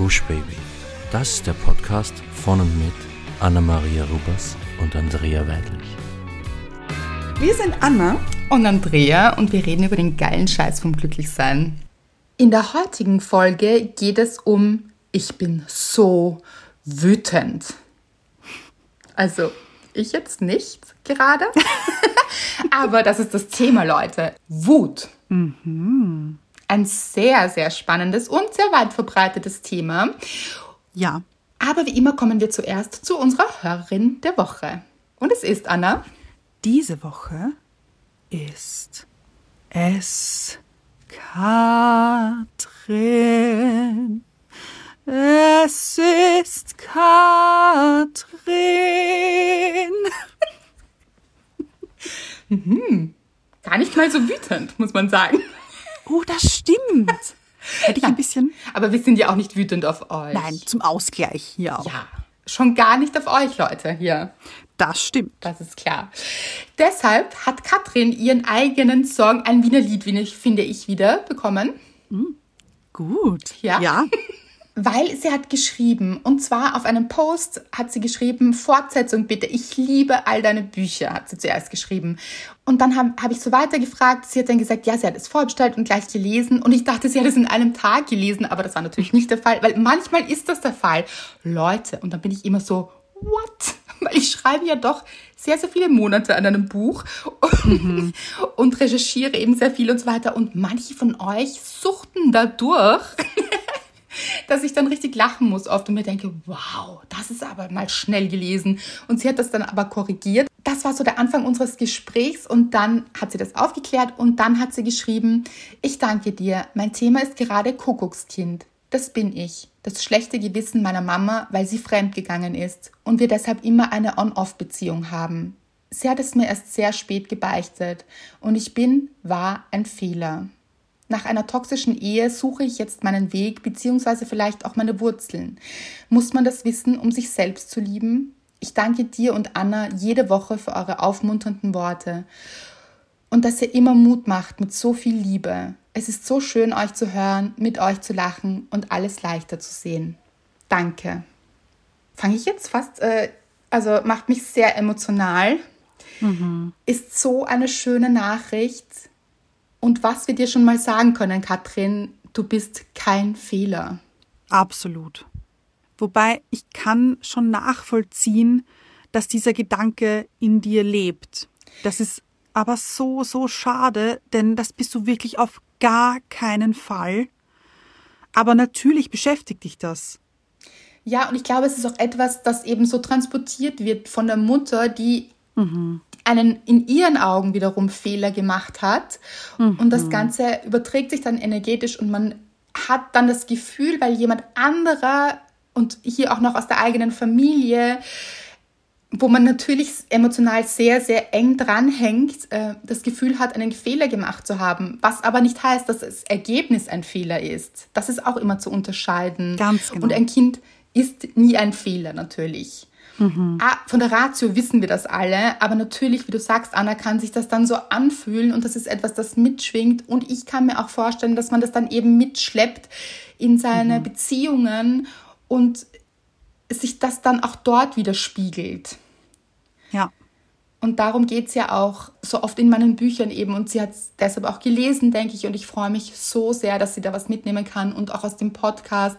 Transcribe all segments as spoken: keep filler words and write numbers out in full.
Gush Baby. Das ist der Podcast von und mit Anna-Maria Rubers und Andrea Weidlich. Wir sind Anna und Andrea und wir reden über den geilen Scheiß vom Glücklichsein. In der heutigen Folge geht es um Ich bin so wütend. Also, ich jetzt nicht gerade, aber das ist das Thema, Leute. Wut. Mhm. Ein sehr, sehr spannendes und sehr weit verbreitetes Thema. Ja. Aber wie immer kommen wir zuerst zu unserer Hörerin der Woche. Und es ist, Anna? Diese Woche ist es Katrin. Es ist Katrin. Mhm. Gar nicht mal so wütend, muss man sagen. Oh, das stimmt. Hätte ich ein bisschen... Aber wir sind ja auch nicht wütend auf euch. Nein, zum Ausgleich hier auch. Ja, schon gar nicht auf euch, Leute, hier. Das stimmt. Das ist klar. Deshalb hat Katrin ihren eigenen Song, ein Wiener Lied, wie ich, finde ich, wieder bekommen. Mhm. Gut. Ja. Ja. Weil sie hat geschrieben, und zwar auf einem Post hat sie geschrieben, Fortsetzung bitte, ich liebe all deine Bücher, hat sie zuerst geschrieben. Und dann habe hab ich so weitergefragt, sie hat dann gesagt, ja, sie hat es vorbestellt und gleich gelesen. Und ich dachte, sie hat es in einem Tag gelesen, aber das war natürlich nicht der Fall, weil manchmal ist das der Fall. Leute, und dann bin ich immer so, what? Weil ich schreibe ja doch sehr, sehr viele Monate an einem Buch mhm. und recherchiere eben sehr viel und so weiter. Und manche von euch suchten da durch, dass ich dann richtig lachen muss oft und mir denke, wow, das ist aber mal schnell gelesen. Und sie hat das dann aber korrigiert. Das war so der Anfang unseres Gesprächs und dann hat sie das aufgeklärt und dann hat sie geschrieben, ich danke dir, mein Thema ist gerade Kuckuckskind. Das bin ich. Das schlechte Gewissen meiner Mama, weil sie fremdgegangen ist und wir deshalb immer eine On-Off-Beziehung haben. Sie hat es mir erst sehr spät gebeichtet und ich bin, war ein Fehler. Nach einer toxischen Ehe suche ich jetzt meinen Weg bzw. vielleicht auch meine Wurzeln. Muss man das wissen, um sich selbst zu lieben? Ich danke dir und Anna jede Woche für eure aufmunternden Worte und dass ihr immer Mut macht mit so viel Liebe. Es ist so schön, euch zu hören, mit euch zu lachen und alles leichter zu sehen. Danke. Fange ich jetzt fast, äh, also macht mich sehr emotional. Mhm. Ist so eine schöne Nachricht. Und was wir dir schon mal sagen können, Katrin, du bist kein Fehler. Absolut. Wobei ich kann schon nachvollziehen, dass dieser Gedanke in dir lebt. Das ist aber so, so schade, denn das bist du wirklich auf gar keinen Fall. Aber natürlich beschäftigt dich das. Ja, und ich glaube, es ist auch etwas, das eben so transportiert wird von der Mutter, die mhm. einen in ihren Augen wiederum Fehler gemacht hat. Mhm. Und das Ganze überträgt sich dann energetisch und man hat dann das Gefühl, weil jemand anderer und hier auch noch aus der eigenen Familie, wo man natürlich emotional sehr, sehr eng dranhängt, äh, das Gefühl hat, einen Fehler gemacht zu haben. Was aber nicht heißt, dass das Ergebnis ein Fehler ist. Das ist auch immer zu unterscheiden. Ganz genau. Und ein Kind ist nie ein Fehler, natürlich. Mhm. Ah, von der Ratio wissen wir das alle, aber natürlich, wie du sagst, Anna, kann sich das dann so anfühlen und das ist etwas, das mitschwingt und ich kann mir auch vorstellen, dass man das dann eben mitschleppt in seine mhm. Beziehungen und sich das dann auch dort widerspiegelt. Ja. Und darum geht es ja auch so oft in meinen Büchern eben und sie hat es deshalb auch gelesen, denke ich, und ich freue mich so sehr, dass sie da was mitnehmen kann und auch aus dem Podcast,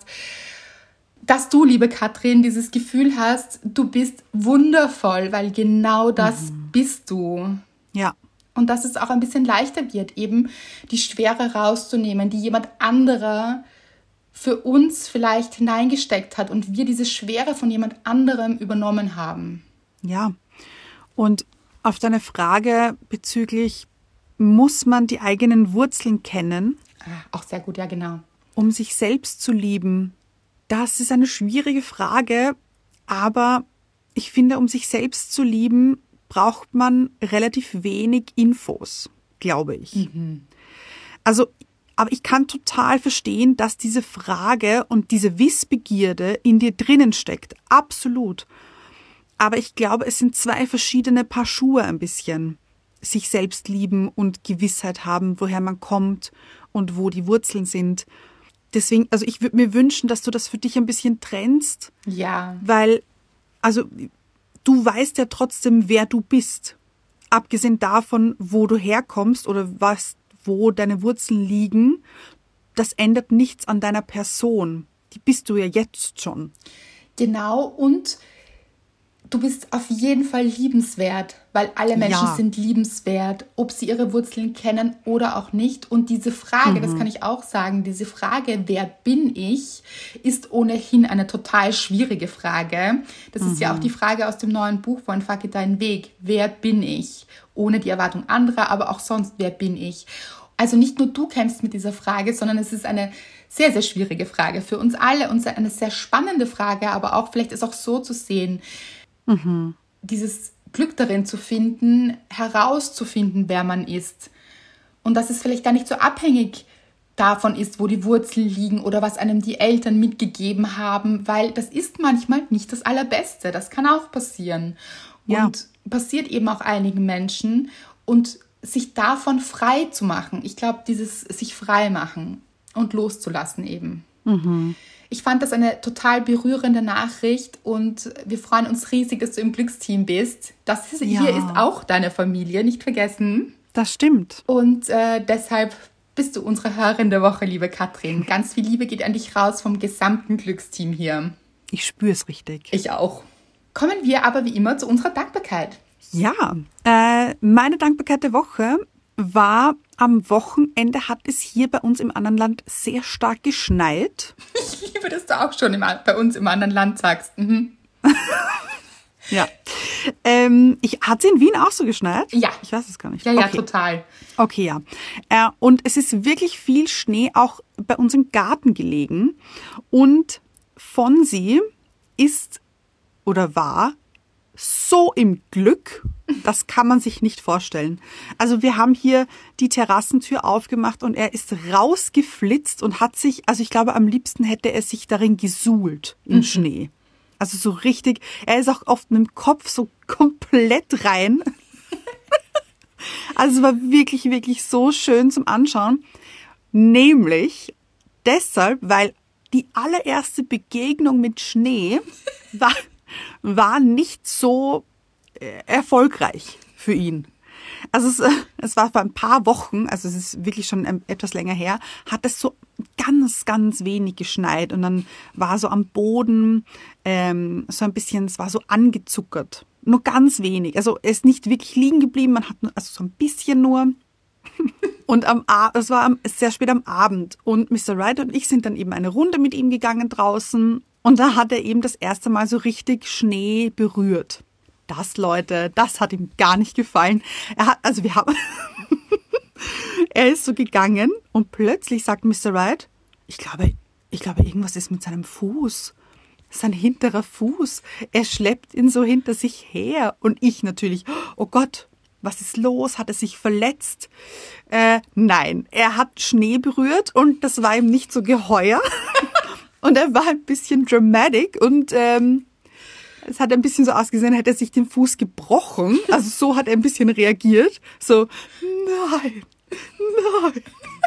dass du, liebe Katrin, dieses Gefühl hast, du bist wundervoll, weil genau das mhm. bist du. Ja. Und dass es auch ein bisschen leichter wird, eben die Schwere rauszunehmen, die jemand anderer für uns vielleicht hineingesteckt hat und wir diese Schwere von jemand anderem übernommen haben. Ja, und auf deine Frage bezüglich, muss man die eigenen Wurzeln kennen? Ah, auch sehr gut, ja genau. Um sich selbst zu lieben. Das ist eine schwierige Frage, aber ich finde, um sich selbst zu lieben, braucht man relativ wenig Infos, glaube ich. Mhm. Also, aber ich kann total verstehen, dass diese Frage und diese Wissbegierde in dir drinnen steckt. Absolut. Aber ich glaube, es sind zwei verschiedene Paar Schuhe ein bisschen. Sich selbst lieben und Gewissheit haben, woher man kommt und wo die Wurzeln sind. deswegen, also ich würde mir wünschen, dass du das für dich ein bisschen trennst. Ja. Weil, also du weißt ja trotzdem, wer du bist. Abgesehen davon, wo du herkommst oder was, wo deine Wurzeln liegen, das ändert nichts an deiner Person. Die bist du ja jetzt schon. Genau, und du bist auf jeden Fall liebenswert, weil alle Menschen Ja. sind liebenswert, ob sie ihre Wurzeln kennen oder auch nicht. Und diese Frage, das kann ich auch sagen, diese Frage, wer bin ich, ist ohnehin eine total schwierige Frage. Das ist ja auch die Frage aus dem neuen Buch von Facke deinen Weg. Wer bin ich? Ohne die Erwartung anderer, aber auch sonst, wer bin ich? Also nicht nur du kämpfst mit dieser Frage, sondern es ist eine sehr, sehr schwierige Frage für uns alle und eine sehr spannende Frage, aber auch vielleicht ist auch so zu sehen, mhm. dieses Glück darin zu finden, herauszufinden, wer man ist. Und dass es vielleicht gar nicht so abhängig davon ist, wo die Wurzeln liegen oder was einem die Eltern mitgegeben haben, weil das ist manchmal nicht das Allerbeste. Das kann auch passieren. Ja. Und passiert eben auch einigen Menschen. Und sich davon frei zu machen. Ich glaube, dieses sich frei machen und loszulassen eben. Mhm. Ich fand das eine total berührende Nachricht und wir freuen uns riesig, dass du im Glücksteam bist. Das ist, Ja. hier ist auch deine Familie, nicht vergessen. Das stimmt. Und äh, deshalb bist du unsere Hörerin der Woche, liebe Katrin. Ganz viel Liebe geht an dich raus vom gesamten Glücksteam hier. Ich spüre es richtig. Ich auch. Kommen wir aber wie immer zu unserer Dankbarkeit. Ja, äh, meine Dankbarkeit der Woche war, am Wochenende hat es hier bei uns im anderen Land sehr stark geschneit. Ich liebe, dass du auch schon im, bei uns im anderen Land sagst. Mhm. Ja. Ähm, ich, hat es in Wien auch so geschneit? Ja. Ich weiß es gar nicht. Ja, ja, okay. total. Okay, ja. Äh, und es ist wirklich viel Schnee auch bei uns im Garten gelegen. Und Fonsi ist oder war so im Glück, das kann man sich nicht vorstellen. Also wir haben hier die Terrassentür aufgemacht und er ist rausgeflitzt und hat sich, also ich glaube, am liebsten hätte er sich darin gesuhlt im mhm. Schnee. Also so richtig, er ist auch oft mit dem Kopf so komplett rein. Also es war wirklich, wirklich so schön zum Anschauen. Nämlich deshalb, weil die allererste Begegnung mit Schnee war... war nicht so äh, erfolgreich für ihn. Also es, äh, es war vor ein paar Wochen, also es ist wirklich schon ähm, etwas länger her, hat es so ganz, ganz wenig geschneit und dann war so am Boden ähm, so ein bisschen, es war so angezuckert. Nur ganz wenig. Also er ist nicht wirklich liegen geblieben, man hat nur, also so ein bisschen nur. Und am es war am, sehr spät am Abend und Mister Wright und ich sind dann eben eine Runde mit ihm gegangen draußen. Und da hat er eben das erste Mal so richtig Schnee berührt. Das, Leute, das hat ihm gar nicht gefallen. Er hat, also wir haben, er ist so gegangen und plötzlich sagt Mister Wright, ich glaube, ich glaube, irgendwas ist mit seinem Fuß. Sein hinterer Fuß. Er schleppt ihn so hinter sich her. Und ich natürlich, oh Gott, was ist los? Hat er sich verletzt? Äh, nein, er hat Schnee berührt und das war ihm nicht so geheuer. Und er war ein bisschen dramatic und ähm, es hat ein bisschen so ausgesehen, hätte er sich den Fuß gebrochen. Also so hat er ein bisschen reagiert. So, nein, nein.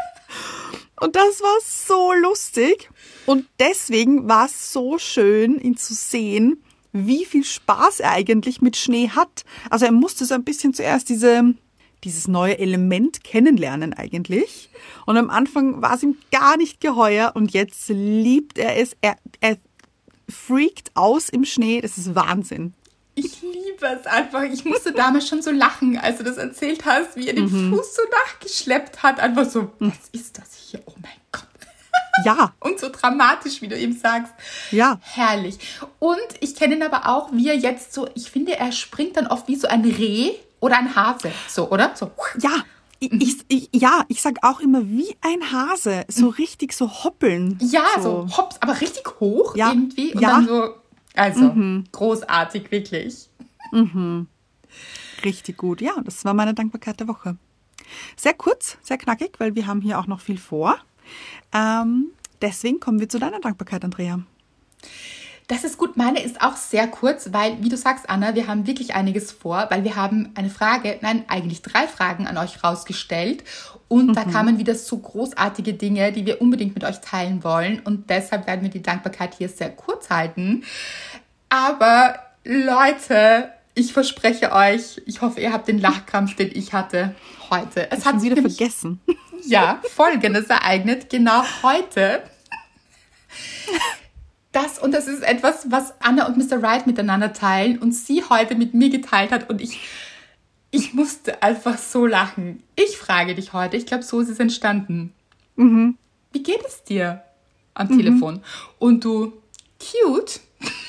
Und das war so lustig. Und deswegen war es so schön, ihn zu sehen, wie viel Spaß er eigentlich mit Schnee hat. Also er musste so ein bisschen zuerst diese... dieses neue Element kennenlernen eigentlich. Und am Anfang war es ihm gar nicht geheuer und jetzt liebt er es. Er, er freakt aus im Schnee. Das ist Wahnsinn. Ich liebe es einfach. Ich musste damals schon so lachen, als du das erzählt hast, wie er den mhm. Fuß so nachgeschleppt hat. Einfach so, was ist das hier? Oh mein Gott. Ja. Und so dramatisch, wie du eben sagst. Ja. Herrlich. Und ich kenne ihn aber auch, wie er jetzt so, ich finde, er springt dann oft wie so ein Reh oder ein Hase. So, oder? So. Ja. Ich, ich, ja, ich sag auch immer wie ein Hase, so richtig so hoppeln. Ja, so, so hops, aber richtig hoch ja. irgendwie. Und ja. dann so, also mhm. großartig, wirklich. Mhm. Richtig gut. Ja, das war meine Dankbarkeit der Woche. Sehr kurz, sehr knackig, weil wir haben hier auch noch viel vor. Ähm, deswegen kommen wir zu deiner Dankbarkeit, Andrea. Das ist gut. Meine ist auch sehr kurz, weil, wie du sagst, Anna, wir haben wirklich einiges vor, weil wir haben eine Frage, nein, eigentlich drei Fragen an euch rausgestellt. Und mhm. da kamen wieder so großartige Dinge, die wir unbedingt mit euch teilen wollen. Und deshalb werden wir die Dankbarkeit hier sehr kurz halten. Aber Leute, ich verspreche euch, ich hoffe, ihr habt den Lachkrampf, den ich hatte heute. Es ich hat wieder nämlich, vergessen. Ja, Folgendes ereignet, genau heute. Das und das ist etwas, was Anna und Mister Right miteinander teilen und sie heute mit mir geteilt hat und ich, ich musste einfach so lachen. Ich frage dich heute, ich glaube, so ist es entstanden. Mhm. Wie geht es dir am mhm. Telefon? Und du, cute.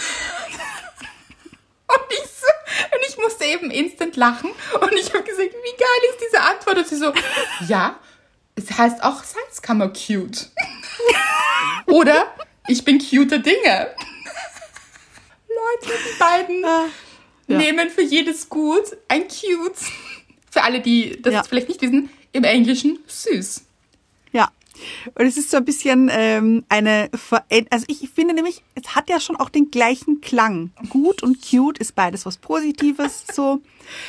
Und ich, so, und ich musste eben instant lachen und ich habe gesagt, wie geil ist diese Antwort? Und sie so, ja, es heißt auch Salzkammer cute. Oder ich bin cuter Dinge. Leute, die beiden ah, ja. nehmen für jedes Gut ein cute. Für alle, die das ja. vielleicht nicht wissen, im Englischen süß. Ja, und es ist so ein bisschen ähm, eine, Ver- also ich finde nämlich, es hat ja schon auch den gleichen Klang. Gut und cute ist beides was Positives, so.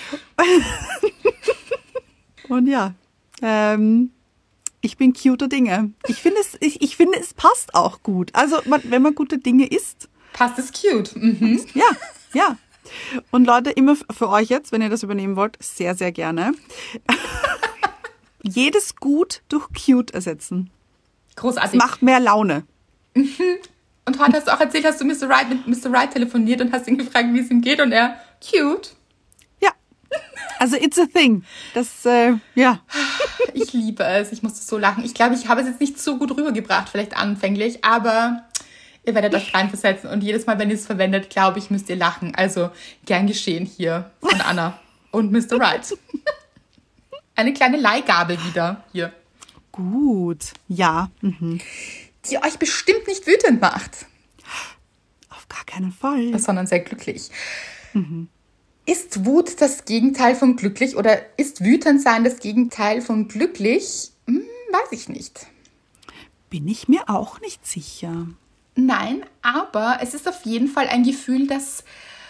Und ja, ähm, ich bin cuter Dinge. Ich finde es, ich, ich finde es passt auch gut. Also man, wenn man gute Dinge isst, passt es cute. Mhm. Ja, ja. Und Leute, immer für euch jetzt, wenn ihr das übernehmen wollt, sehr, sehr gerne. Jedes Gut durch cute ersetzen. Großartig. Das macht mehr Laune. Mhm. Und heute hast du auch erzählt, hast du Mister Right mit Mister Right telefoniert und hast ihn gefragt, wie es ihm geht und er, cute. Ja, also it's a thing. Das, äh, ja. Ich liebe es, ich musste so lachen. Ich glaube, ich habe es jetzt nicht so gut rübergebracht, vielleicht anfänglich, aber ihr werdet euch reinversetzen und jedes Mal, wenn ihr es verwendet, glaube ich, müsst ihr lachen. Also gern geschehen hier von Anna und Mister Right. Eine kleine Leihgabe wieder hier. Gut, ja. Mhm. Die euch bestimmt nicht wütend macht. Auf gar keinen Fall. Sondern sehr glücklich. Mhm. Ist Wut das Gegenteil von glücklich oder ist wütend sein das Gegenteil von glücklich? Hm, weiß ich nicht. Bin ich mir auch nicht sicher. Nein, aber es ist auf jeden Fall ein Gefühl, das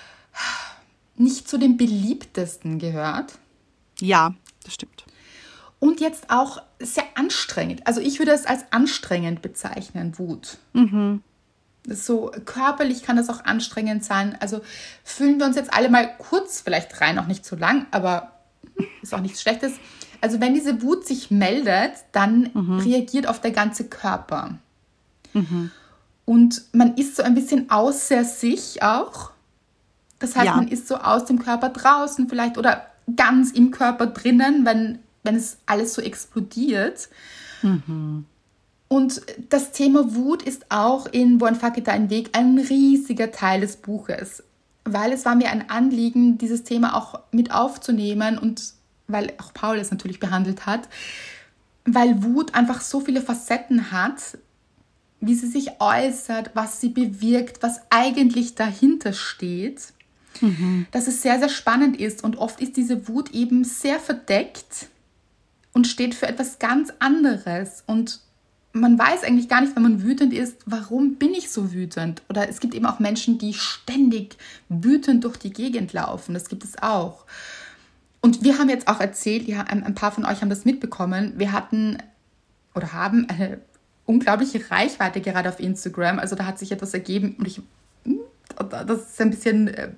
nicht zu den beliebtesten gehört. Ja, das stimmt. Und jetzt auch sehr anstrengend. Also ich würde es als anstrengend bezeichnen, Wut. Mhm. So körperlich kann das auch anstrengend sein. Also fühlen wir uns jetzt alle mal kurz, vielleicht rein, auch nicht zu lang, aber ist auch nichts Schlechtes. Also wenn diese Wut sich meldet, dann mhm. reagiert auf der ganze Körper. Mhm. Und man ist so ein bisschen außer sich auch. Das heißt, ja. man ist so aus dem Körper draußen vielleicht oder ganz im Körper drinnen, wenn, wenn es alles so explodiert. Mhm. Und das Thema Wut ist auch in Wo ein Fuck geht, da ein Weg ein riesiger Teil des Buches. Weil es war mir ein Anliegen, dieses Thema auch mit aufzunehmen und weil auch Paul es natürlich behandelt hat, weil Wut einfach so viele Facetten hat, wie sie sich äußert, was sie bewirkt, was eigentlich dahinter steht, mhm. dass es sehr, sehr spannend ist. Und oft ist diese Wut eben sehr verdeckt und steht für etwas ganz anderes. Und man weiß eigentlich gar nicht, wenn man wütend ist, warum bin ich so wütend? Oder es gibt eben auch Menschen, die ständig wütend durch die Gegend laufen. Das gibt es auch. Und wir haben jetzt auch erzählt, ja, ein paar von euch haben das mitbekommen, wir hatten oder haben eine unglaubliche Reichweite gerade auf Instagram. Also da hat sich etwas ergeben und ich, das ist ein bisschen äh,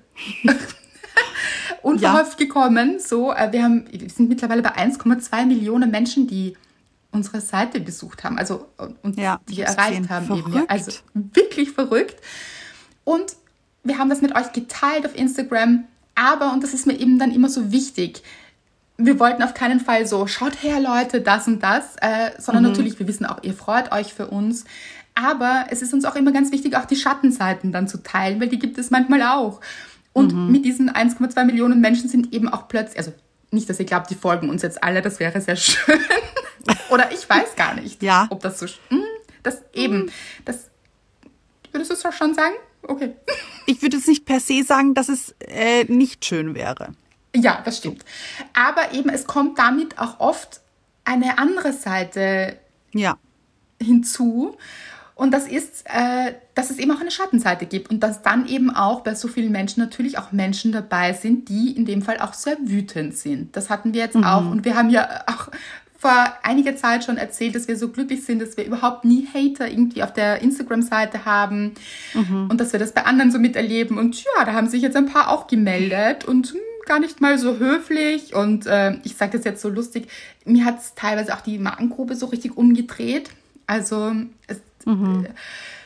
unverhofft ja. gekommen. So, äh, wir, haben, wir sind mittlerweile bei eins Komma zwei Millionen Menschen, die unsere Seite besucht haben, also und ja, die wir erreicht haben. Verrückt. Eben, ja. Also wirklich verrückt. Und wir haben das mit euch geteilt auf Instagram, aber, und das ist mir eben dann immer so wichtig, wir wollten auf keinen Fall so, schaut her Leute, das und das, äh, sondern mhm. natürlich, wir wissen auch, ihr freut euch für uns, aber es ist uns auch immer ganz wichtig, auch die Schattenseiten dann zu teilen, weil die gibt es manchmal auch. Und mhm. mit diesen eins Komma zwei Millionen Menschen sind eben auch plötzlich, also nicht, dass ihr glaubt, die folgen uns jetzt alle, das wäre sehr schön. Oder ich weiß gar nicht, ja. ob das so, das eben, das, würdest du es schon sagen? Okay. Ich würde jetzt nicht per se sagen, dass es äh, nicht schön wäre. Ja, das stimmt. Aber eben, es kommt damit auch oft eine andere Seite ja. hinzu. Und das ist, äh, dass es eben auch eine Schattenseite gibt und dass dann eben auch bei so vielen Menschen natürlich auch Menschen dabei sind, die in dem Fall auch sehr wütend sind. Das hatten wir jetzt mhm. auch und wir haben ja auch vor einiger Zeit schon erzählt, dass wir so glücklich sind, dass wir überhaupt nie Hater irgendwie auf der Instagram-Seite haben mhm. und dass wir das bei anderen so miterleben. Und ja, da haben sich jetzt ein paar auch gemeldet und hm, gar nicht mal so höflich. Und äh, ich sage das jetzt so lustig, mir hat es teilweise auch die Magengrube so richtig umgedreht. Also es, mhm. äh,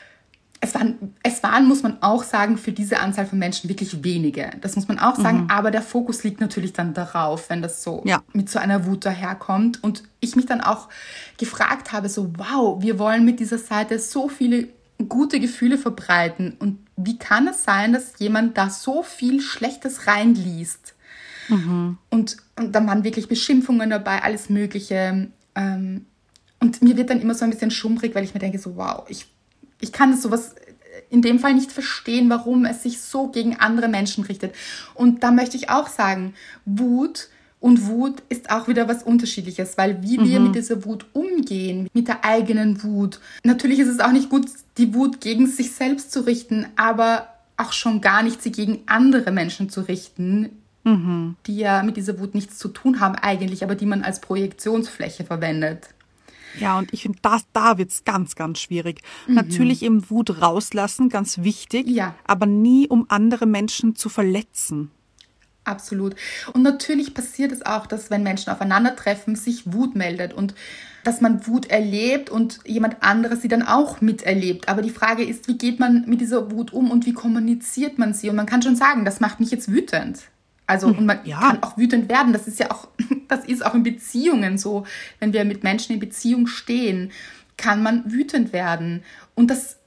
es, waren, es waren, muss man auch sagen, für diese Anzahl von Menschen wirklich wenige. Das muss man auch sagen. Mhm. Aber der Fokus liegt natürlich dann darauf, wenn das so ja. mit so einer Wut daherkommt. Und ich mich dann auch gefragt habe, so wow, wir wollen mit dieser Seite so viele gute Gefühle verbreiten. Und wie kann es sein, dass jemand da so viel Schlechtes reinliest? Mhm. Und, und dann waren wirklich Beschimpfungen dabei, alles Mögliche. Ähm, und mir wird dann immer so ein bisschen schummrig, weil ich mir denke, so wow, ich Ich kann das sowas in dem Fall nicht verstehen, warum es sich so gegen andere Menschen richtet. Und da möchte ich auch sagen, Wut und Wut ist auch wieder was Unterschiedliches, weil wie wir mhm. mit dieser Wut umgehen, mit der eigenen Wut. Natürlich ist es auch nicht gut, die Wut gegen sich selbst zu richten, aber auch schon gar nicht sie gegen andere Menschen zu richten, mhm. die ja mit dieser Wut nichts zu tun haben eigentlich, aber die man als Projektionsfläche verwendet. Ja, und ich finde, da, da wird es ganz, ganz schwierig. Mhm. Natürlich eben Wut rauslassen, ganz wichtig, ja. aber nie, um andere Menschen zu verletzen. Absolut. Und natürlich passiert es auch, dass wenn Menschen aufeinandertreffen, sich Wut meldet und dass man Wut erlebt und jemand anderes sie dann auch miterlebt. Aber die Frage ist, wie geht man mit dieser Wut um und wie kommuniziert man sie? Und man kann schon sagen, das macht mich jetzt wütend. Also, und man ja. kann auch wütend werden. Das ist ja auch, das ist auch in Beziehungen so. Wenn wir mit Menschen in Beziehung stehen, kann man wütend werden. Und das,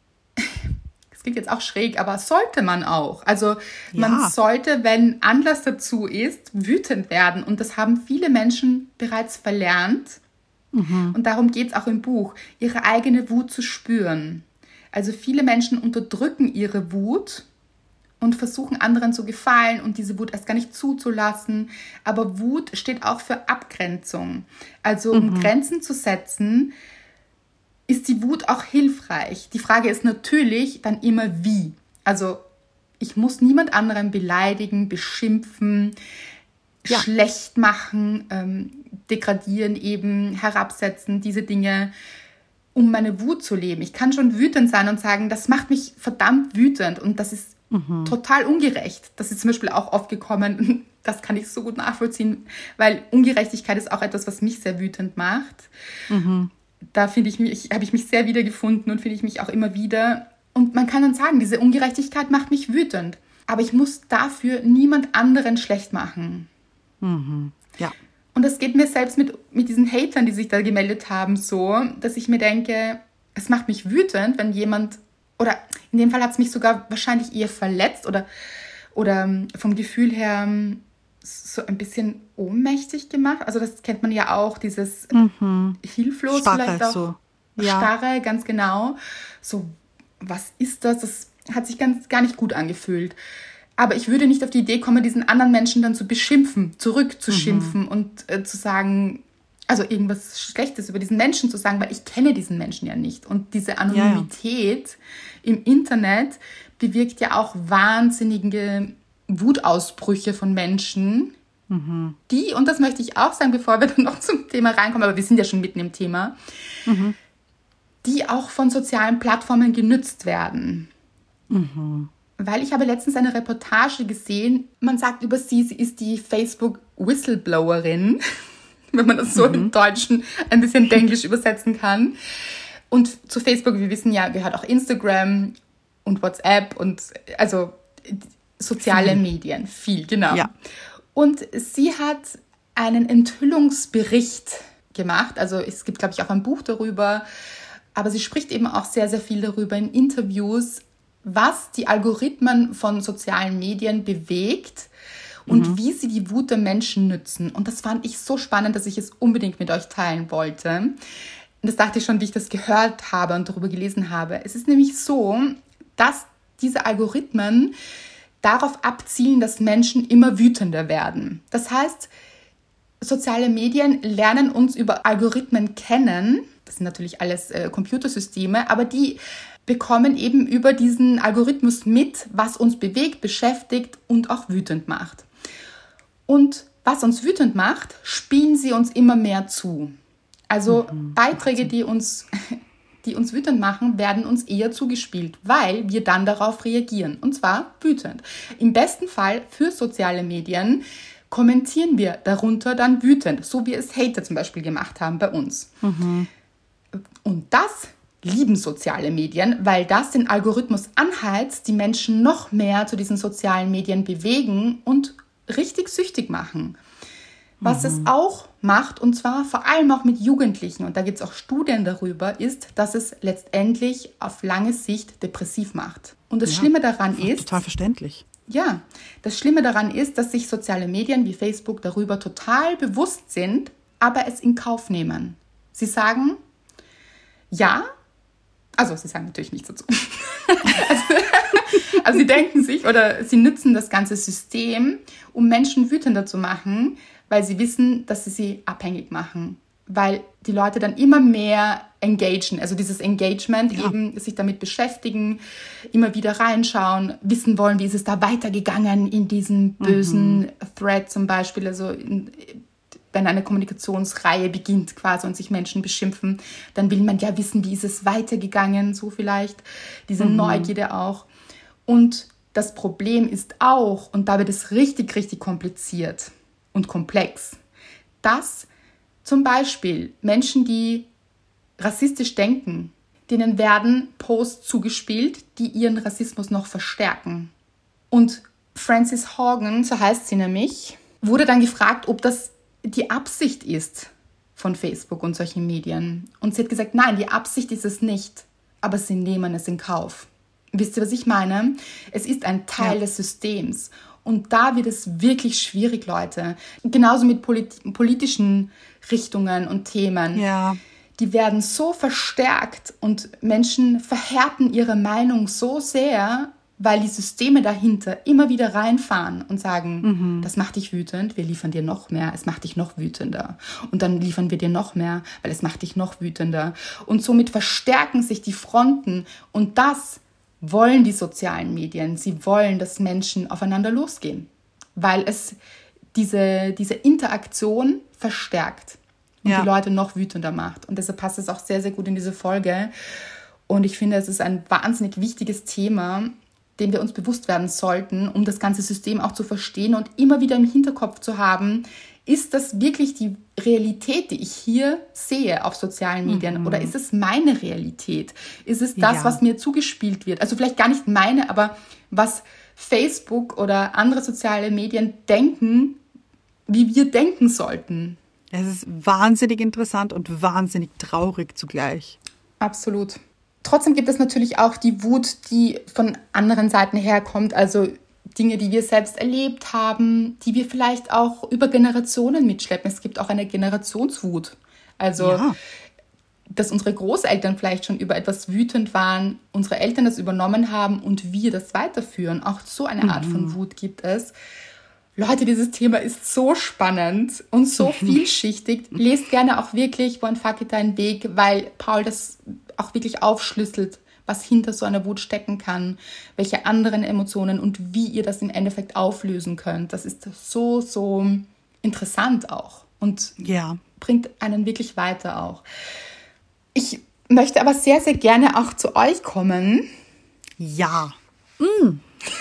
das klingt jetzt auch schräg, aber sollte man auch. Also, ja. man sollte, wenn Anlass dazu ist, wütend werden. Und das haben viele Menschen bereits verlernt. Mhm. Und darum geht es auch im Buch, ihre eigene Wut zu spüren. Also, viele Menschen unterdrücken ihre Wut und versuchen anderen zu gefallen und diese Wut erst gar nicht zuzulassen. Aber Wut steht auch für Abgrenzung. Also um mhm. Grenzen zu setzen, ist die Wut auch hilfreich. Die Frage ist natürlich dann immer wie. Also ich muss niemand anderen beleidigen, beschimpfen, ja. schlecht machen, ähm, degradieren eben, herabsetzen, diese Dinge, um meine Wut zu leben. Ich kann schon wütend sein und sagen, das macht mich verdammt wütend und das ist Mhm. total ungerecht. Das ist zum Beispiel auch oft gekommen, das kann ich so gut nachvollziehen, weil Ungerechtigkeit ist auch etwas, was mich sehr wütend macht. Mhm. Da finde ich mich, habe ich mich sehr wiedergefunden und finde ich mich auch immer wieder. Und man kann dann sagen, diese Ungerechtigkeit macht mich wütend. Aber ich muss dafür niemand anderen schlecht machen. Mhm. Ja. Und das geht mir selbst mit, mit diesen Hatern, die sich da gemeldet haben, so, dass ich mir denke, es macht mich wütend, wenn jemand, oder in dem Fall hat es mich sogar wahrscheinlich eher verletzt oder, oder vom Gefühl her so ein bisschen ohnmächtig gemacht. Also das kennt man ja auch, dieses mhm. hilflos, Starre, vielleicht auch so. Ja. Starre, ganz genau. So, was ist das? Das hat sich ganz gar nicht gut angefühlt. Aber ich würde nicht auf die Idee kommen, diesen anderen Menschen dann zu beschimpfen, zurückzuschimpfen mhm. und äh, zu sagen, also irgendwas Schlechtes über diesen Menschen zu sagen, weil ich kenne diesen Menschen ja nicht. Und diese Anonymität ja, ja. im Internet bewirkt ja auch wahnsinnige Wutausbrüche von Menschen, mhm. die, und das möchte ich auch sagen, bevor wir dann noch zum Thema reinkommen, aber wir sind ja schon mitten im Thema, mhm. die auch von sozialen Plattformen genützt werden. Mhm. Weil ich habe letztens eine Reportage gesehen, man sagt über sie, sie ist die Facebook-Whistleblowerin, wenn man das so mhm. im Deutschen ein bisschen Denglisch übersetzen kann. Und zu Facebook, wir wissen ja, gehört auch Instagram und WhatsApp und also soziale viel. Medien, viel, genau. Ja. Und sie hat einen Enthüllungsbericht gemacht, also es gibt, glaube ich, auch ein Buch darüber, aber sie spricht eben auch sehr, sehr viel darüber in Interviews, was die Algorithmen von sozialen Medien bewegt und mhm. wie sie die Wut der Menschen nützen. Und das fand ich so spannend, dass ich es unbedingt mit euch teilen wollte. Und das dachte ich schon, wie ich das gehört habe und darüber gelesen habe. Es ist nämlich so, dass diese Algorithmen darauf abzielen, dass Menschen immer wütender werden. Das heißt, soziale Medien lernen uns über Algorithmen kennen. Das sind natürlich alles äh, Computersysteme, aber die bekommen eben über diesen Algorithmus mit, was uns bewegt, beschäftigt und auch wütend macht. Und was uns wütend macht, spielen sie uns immer mehr zu. Also mhm. Beiträge, die uns, die uns wütend machen, werden uns eher zugespielt, weil wir dann darauf reagieren. Und zwar wütend. Im besten Fall für soziale Medien kommentieren wir darunter dann wütend, so wie es Hater zum Beispiel gemacht haben bei uns. Mhm. Und das lieben soziale Medien, weil das den Algorithmus anheizt, die Menschen noch mehr zu diesen sozialen Medien bewegen und richtig süchtig machen. Was mhm. es auch macht, und zwar vor allem auch mit Jugendlichen, und da gibt es auch Studien darüber, ist, dass es letztendlich auf lange Sicht depressiv macht. Und das ja, Schlimme daran ist... Total verständlich. Ja, das Schlimme daran ist, dass sich soziale Medien wie Facebook darüber total bewusst sind, aber es in Kauf nehmen. Sie sagen, ja, also sie sagen natürlich nichts dazu. also, also sie denken sich oder sie nutzen das ganze System, um Menschen wütender zu machen, weil sie wissen, dass sie sie abhängig machen. Weil die Leute dann immer mehr engagen, also dieses Engagement, ja. eben sich damit beschäftigen, immer wieder reinschauen, wissen wollen, wie ist es da weitergegangen in diesem bösen mhm. Thread zum Beispiel, also in, wenn eine Kommunikationsreihe beginnt quasi und sich Menschen beschimpfen, dann will man ja wissen, wie ist es weitergegangen, so vielleicht, diese mhm. Neugierde auch. Und das Problem ist auch, und da wird es richtig, richtig kompliziert und komplex, dass zum Beispiel Menschen, die rassistisch denken, denen werden Posts zugespielt, die ihren Rassismus noch verstärken. Und Frances Haugen, so heißt sie nämlich, wurde dann gefragt, ob das die Absicht ist von Facebook und solchen Medien. Und sie hat gesagt, nein, die Absicht ist es nicht, aber sie nehmen es in Kauf. Wisst ihr, was ich meine? Es ist ein Teil ja. des Systems. Und da wird es wirklich schwierig, Leute. Genauso mit polit- politischen Richtungen und Themen. Ja. Die werden so verstärkt und Menschen verhärten ihre Meinung so sehr, weil die Systeme dahinter immer wieder reinfahren und sagen, mhm. das macht dich wütend, wir liefern dir noch mehr, es macht dich noch wütender. Und dann liefern wir dir noch mehr, weil es macht dich noch wütender. Und somit verstärken sich die Fronten. Und das wollen die sozialen Medien. Sie wollen, dass Menschen aufeinander losgehen, weil es diese, diese Interaktion verstärkt und ja. die Leute noch wütender macht. Und deshalb passt es auch sehr, sehr gut in diese Folge. Und ich finde, es ist ein wahnsinnig wichtiges Thema, dem wir uns bewusst werden sollten, um das ganze System auch zu verstehen und immer wieder im Hinterkopf zu haben, ist das wirklich die Realität, die ich hier sehe auf sozialen Medien? Mhm. Oder ist es meine Realität? Ist es das, ja. was mir zugespielt wird? Also vielleicht gar nicht meine, aber was Facebook oder andere soziale Medien denken, wie wir denken sollten. Es ist wahnsinnig interessant und wahnsinnig traurig zugleich. Absolut. Trotzdem gibt es natürlich auch die Wut, die von anderen Seiten herkommt, also Dinge, die wir selbst erlebt haben, die wir vielleicht auch über Generationen mitschleppen. Es gibt auch eine Generationswut. Also, ja. dass unsere Großeltern vielleicht schon über etwas wütend waren, unsere Eltern das übernommen haben und wir das weiterführen. Auch so eine Art mhm. von Wut gibt es. Leute, dieses Thema ist so spannend und so vielschichtig. Lest gerne auch wirklich One Fuck It Dein Weg, weil Paul das auch wirklich aufschlüsselt, was hinter so einer Wut stecken kann, welche anderen Emotionen und wie ihr das im Endeffekt auflösen könnt. Das ist so, so interessant auch und ja. bringt einen wirklich weiter auch. Ich möchte aber sehr, sehr gerne auch zu euch kommen. Ja. Mm.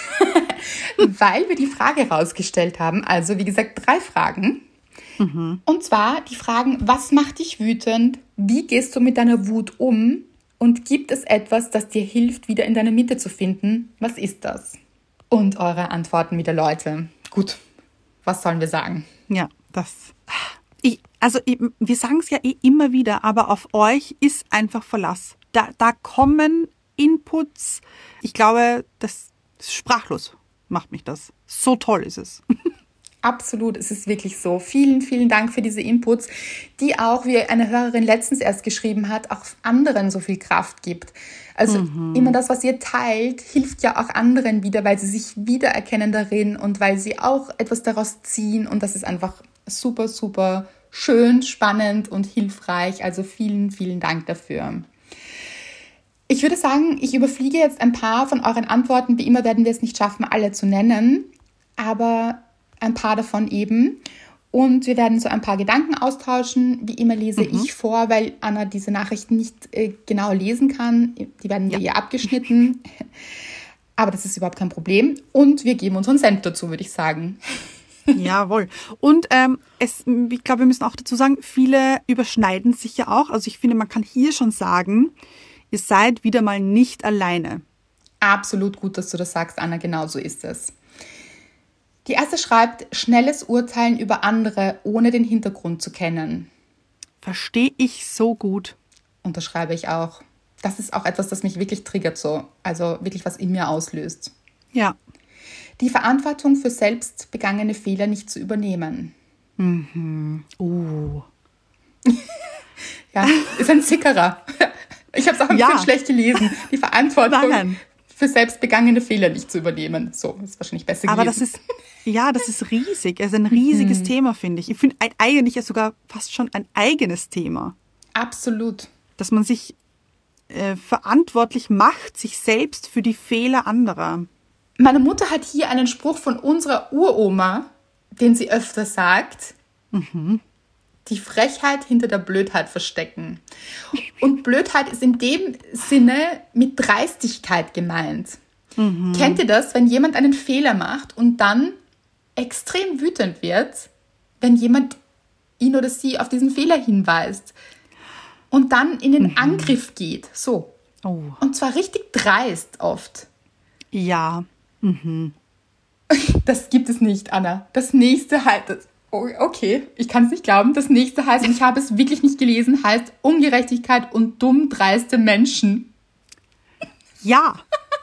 Weil wir die Frage rausgestellt haben. Also, wie gesagt, drei Fragen. Mhm. Und zwar die Fragen, was macht dich wütend? Wie gehst du mit deiner Wut um? Und gibt es etwas, das dir hilft, wieder in deine Mitte zu finden? Was ist das? Und eure Antworten wieder, Leute. Gut, was sollen wir sagen? Ja, das... Ich, also ich, wir sagen es ja eh immer wieder, aber auf euch ist einfach Verlass. Da, da kommen Inputs. Ich glaube, das ist sprachlos, macht mich das. So toll ist es. Absolut, es ist wirklich so. Vielen, vielen Dank für diese Inputs, die auch, wie eine Hörerin letztens erst geschrieben hat, auch anderen so viel Kraft gibt. Also mhm. immer das, was ihr teilt, hilft ja auch anderen wieder, weil sie sich wiedererkennen darin und weil sie auch etwas daraus ziehen. Und das ist einfach super, super schön, spannend und hilfreich. Also vielen, vielen Dank dafür. Ich würde sagen, ich überfliege jetzt ein paar von euren Antworten. Wie immer werden wir es nicht schaffen, alle zu nennen, aber ein paar davon eben. Und wir werden so ein paar Gedanken austauschen. Wie immer lese mhm. ich vor, weil Anna diese Nachrichten nicht äh, genau lesen kann. Die werden ja. ihr abgeschnitten. Aber das ist überhaupt kein Problem. Und wir geben unseren Senf dazu, würde ich sagen. Jawohl. Und ähm, es, ich glaube, wir müssen auch dazu sagen, viele überschneiden sich ja auch. Also ich finde, man kann hier schon sagen, ihr seid wieder mal nicht alleine. Absolut gut, dass du das sagst, Anna. Genau so ist es. Die erste schreibt, schnelles Urteilen über andere, ohne den Hintergrund zu kennen. Verstehe ich so gut. Unterschreibe ich auch. Das ist auch etwas, das mich wirklich triggert so. Also wirklich was in mir auslöst. Ja. Die Verantwortung für selbst begangene Fehler nicht zu übernehmen. Mhm. Uh. Ja, ist ein Zickerer. Ich habe es auch ein ja. bisschen schlecht gelesen. Die Verantwortung Nein. für selbst begangene Fehler nicht zu übernehmen. So, ist wahrscheinlich besser gelesen. Aber das ist, ja, das ist riesig. Es ist ein riesiges mhm. Thema, finde ich. Ich finde eigentlich ja sogar fast schon ein eigenes Thema. Absolut. Dass man sich äh, verantwortlich macht, sich selbst für die Fehler anderer. Meine Mutter hat hier einen Spruch von unserer Uroma, den sie öfter sagt. Mhm. Die Frechheit hinter der Blödheit verstecken. Und Blödheit ist in dem Sinne mit Dreistigkeit gemeint. Mhm. Kennt ihr das, wenn jemand einen Fehler macht und dann extrem wütend wird, wenn jemand ihn oder sie auf diesen Fehler hinweist und dann in den mhm. Angriff geht? So. Oh. Und zwar richtig dreist oft. Ja. Mhm. Das gibt es nicht, Anna. Das nächste heißt, oh, okay, ich kann es nicht glauben, das nächste heißt, und ich habe es wirklich nicht gelesen, heißt Ungerechtigkeit und dumm dreiste Menschen. Ja.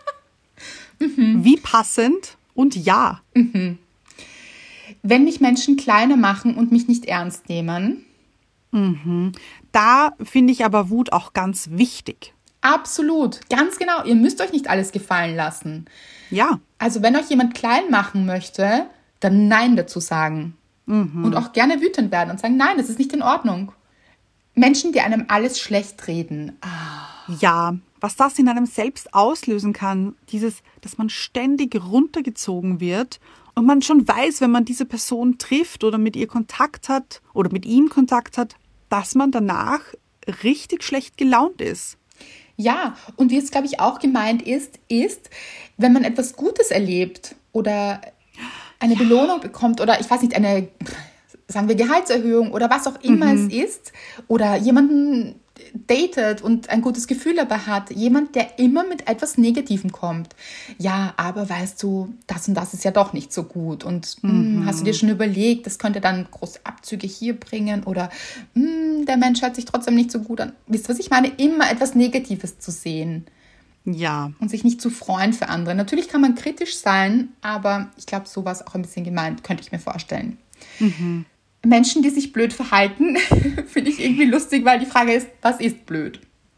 mhm. Wie passend und ja. Mhm. Wenn mich Menschen kleiner machen und mich nicht ernst nehmen. Mhm. Da finde ich aber Wut auch ganz wichtig. Absolut, ganz genau. Ihr müsst euch nicht alles gefallen lassen. Ja. Also wenn euch jemand klein machen möchte, dann Nein dazu sagen. Mhm. Und auch gerne wütend werden und sagen, nein, das ist nicht in Ordnung. Menschen, die einem alles schlecht reden. Ah. Ja, was das in einem selbst auslösen kann, dieses, dass man ständig runtergezogen wird und man schon weiß, wenn man diese Person trifft oder mit ihr Kontakt hat oder mit ihm Kontakt hat, dass man danach richtig schlecht gelaunt ist. Ja, und wie es, glaube ich, auch gemeint ist, ist, wenn man etwas Gutes erlebt oder eine ja. Belohnung bekommt oder ich weiß nicht, eine, sagen wir, Gehaltserhöhung oder was auch immer mhm. es ist oder jemanden datet und ein gutes Gefühl dabei hat, jemand, der immer mit etwas Negativem kommt. Ja, aber weißt du, das und das ist ja doch nicht so gut und mhm. mh, hast du dir schon überlegt, das könnte dann große Abzüge hier bringen oder mh, der Mensch hört sich trotzdem nicht so gut an. Wisst ihr, was ich meine? Immer etwas Negatives zu sehen. Ja. Und sich nicht zu freuen für andere. Natürlich kann man kritisch sein, aber ich glaube, so war es auch ein bisschen gemeint, könnte ich mir vorstellen. Mhm. Menschen, die sich blöd verhalten, finde ich irgendwie lustig, weil die Frage ist, was ist blöd?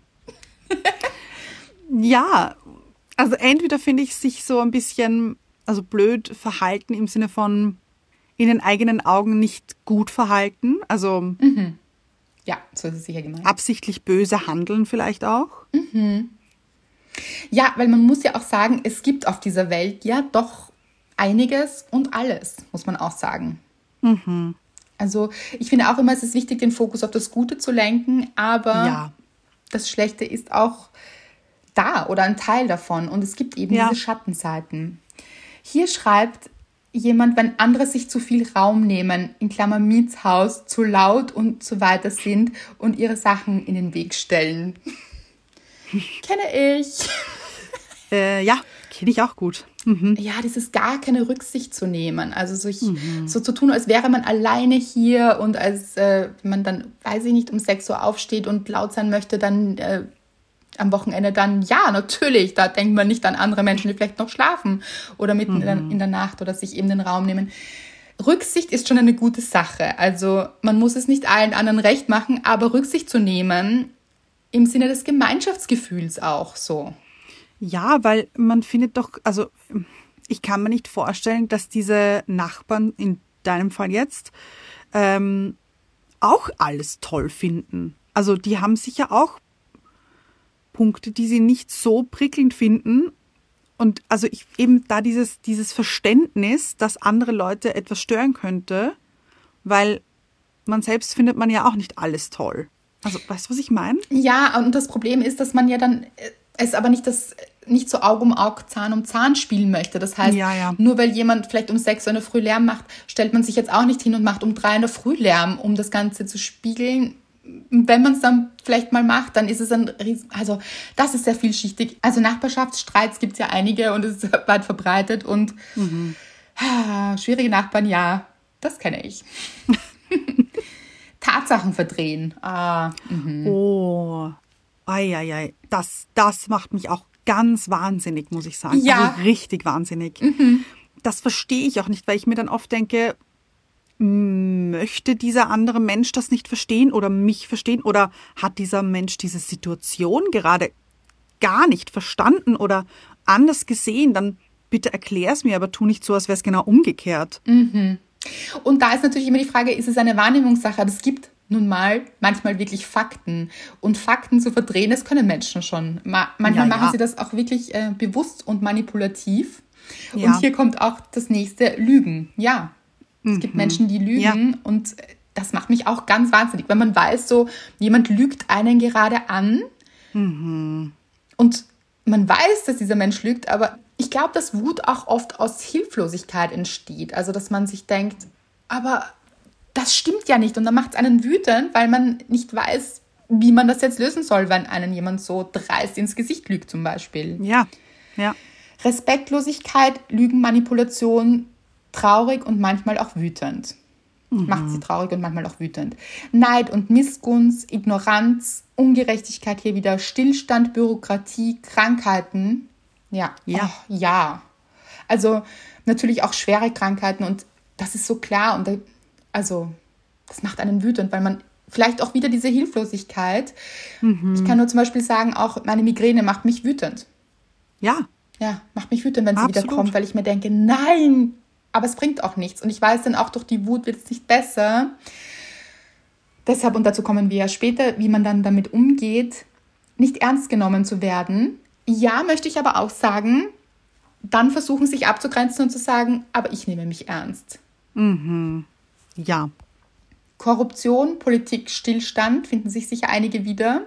Ja, also entweder finde ich sich so ein bisschen, also blöd verhalten im Sinne von in den eigenen Augen nicht gut verhalten, also mhm. ja, so ist es sicher gemeint. Absichtlich böse handeln vielleicht auch. Mhm. Ja, weil man muss ja auch sagen, es gibt auf dieser Welt ja doch einiges und alles, muss man auch sagen. Mhm. Also ich finde auch immer, es ist wichtig, den Fokus auf das Gute zu lenken, aber ja. das Schlechte ist auch da oder ein Teil davon und es gibt eben ja. diese Schattenseiten. Hier schreibt jemand, wenn andere sich zu viel Raum nehmen, in Klammer Mietshaus, zu laut und so weiter sind und ihre Sachen in den Weg stellen. Kenne ich. Äh, ja, kenne ich auch gut. Mhm. Ja, dieses gar keine Rücksicht zu nehmen. Also so, ich, mhm. so zu tun, als wäre man alleine hier und als äh, man dann, weiß ich nicht, um sechs Uhr aufsteht und laut sein möchte, dann äh, am Wochenende dann, ja, natürlich, da denkt man nicht an andere Menschen, die vielleicht noch schlafen oder mitten mhm. in, der, in der Nacht oder sich eben den Raum nehmen. Rücksicht ist schon eine gute Sache. Also man muss es nicht allen anderen recht machen, aber Rücksicht zu nehmen im Sinne des Gemeinschaftsgefühls auch so. Ja, weil man findet doch, also ich kann mir nicht vorstellen, dass diese Nachbarn, in deinem Fall jetzt, ähm, auch alles toll finden. Also die haben sicher auch Punkte, die sie nicht so prickelnd finden. Und also ich eben da dieses, dieses Verständnis, dass andere Leute etwas stören könnte, weil man selbst findet man ja auch nicht alles toll. Also weißt du, was ich meine? Ja, und das Problem ist, dass man ja dann es aber nicht das nicht so Auge um Auge, Zahn um Zahn spielen möchte. Das heißt, ja, ja. nur weil jemand vielleicht um sechs Uhr in der Früh Lärm macht, stellt man sich jetzt auch nicht hin und macht um drei in der Früh Lärm, um das Ganze zu spiegeln. Wenn man es dann vielleicht mal macht, dann ist es ein Riesen... Also das ist sehr vielschichtig. Also Nachbarschaftsstreits gibt es ja einige und es ist weit verbreitet. Und mhm. ah, schwierige Nachbarn, ja, das kenne ich. Tatsachen verdrehen. Ah, mhm. Oh, eieiei. Das, das macht mich auch ganz wahnsinnig, muss ich sagen. Ja. Also richtig wahnsinnig. Mhm. Das verstehe ich auch nicht, weil ich mir dann oft denke, möchte dieser andere Mensch das nicht verstehen oder mich verstehen oder hat dieser Mensch diese Situation gerade gar nicht verstanden oder anders gesehen, dann bitte erklär es mir, aber tu nicht so, als wäre es genau umgekehrt. Mhm. Und da ist natürlich immer die Frage, ist es eine Wahrnehmungssache? Es gibt nun mal manchmal wirklich Fakten. Und Fakten zu verdrehen, das können Menschen schon. Ma- manchmal Ja, ja. machen sie das auch wirklich äh, bewusst und manipulativ. Ja. Und hier kommt auch das nächste, Lügen. Ja, es gibt Menschen, die lügen Ja. und das macht mich auch ganz wahnsinnig, wenn man weiß, so jemand lügt einen gerade an und man weiß, dass dieser Mensch lügt, aber ich glaube, dass Wut auch oft aus Hilflosigkeit entsteht. Also, dass man sich denkt, aber das stimmt ja nicht und dann macht es einen wütend, weil man nicht weiß, wie man das jetzt lösen soll, wenn einen jemand so dreist ins Gesicht lügt zum Beispiel. Ja, ja. Respektlosigkeit, Lügen, Manipulation, traurig und manchmal auch wütend. Mhm. Macht sie traurig und manchmal auch wütend. Neid und Missgunst, Ignoranz, Ungerechtigkeit hier wieder, Stillstand, Bürokratie, Krankheiten. Ja, Ja. Oh, ja. Also natürlich auch schwere Krankheiten und das ist so klar und da, also das macht einen wütend, weil man vielleicht auch wieder diese Hilflosigkeit. Mhm. Ich kann nur zum Beispiel sagen, auch meine Migräne macht mich wütend. Ja. Ja, macht mich wütend, wenn sie Absolut. wieder kommt, weil ich mir denke, nein, aber es bringt auch nichts. Und ich weiß dann auch, durch die Wut wird es nicht besser. Deshalb, und dazu kommen wir ja später, wie man dann damit umgeht, nicht ernst genommen zu werden. Ja, möchte ich aber auch sagen, dann versuchen, sich abzugrenzen und zu sagen, aber ich nehme mich ernst. Mhm. Ja. Korruption, Politik, Stillstand, finden sich sicher einige wieder.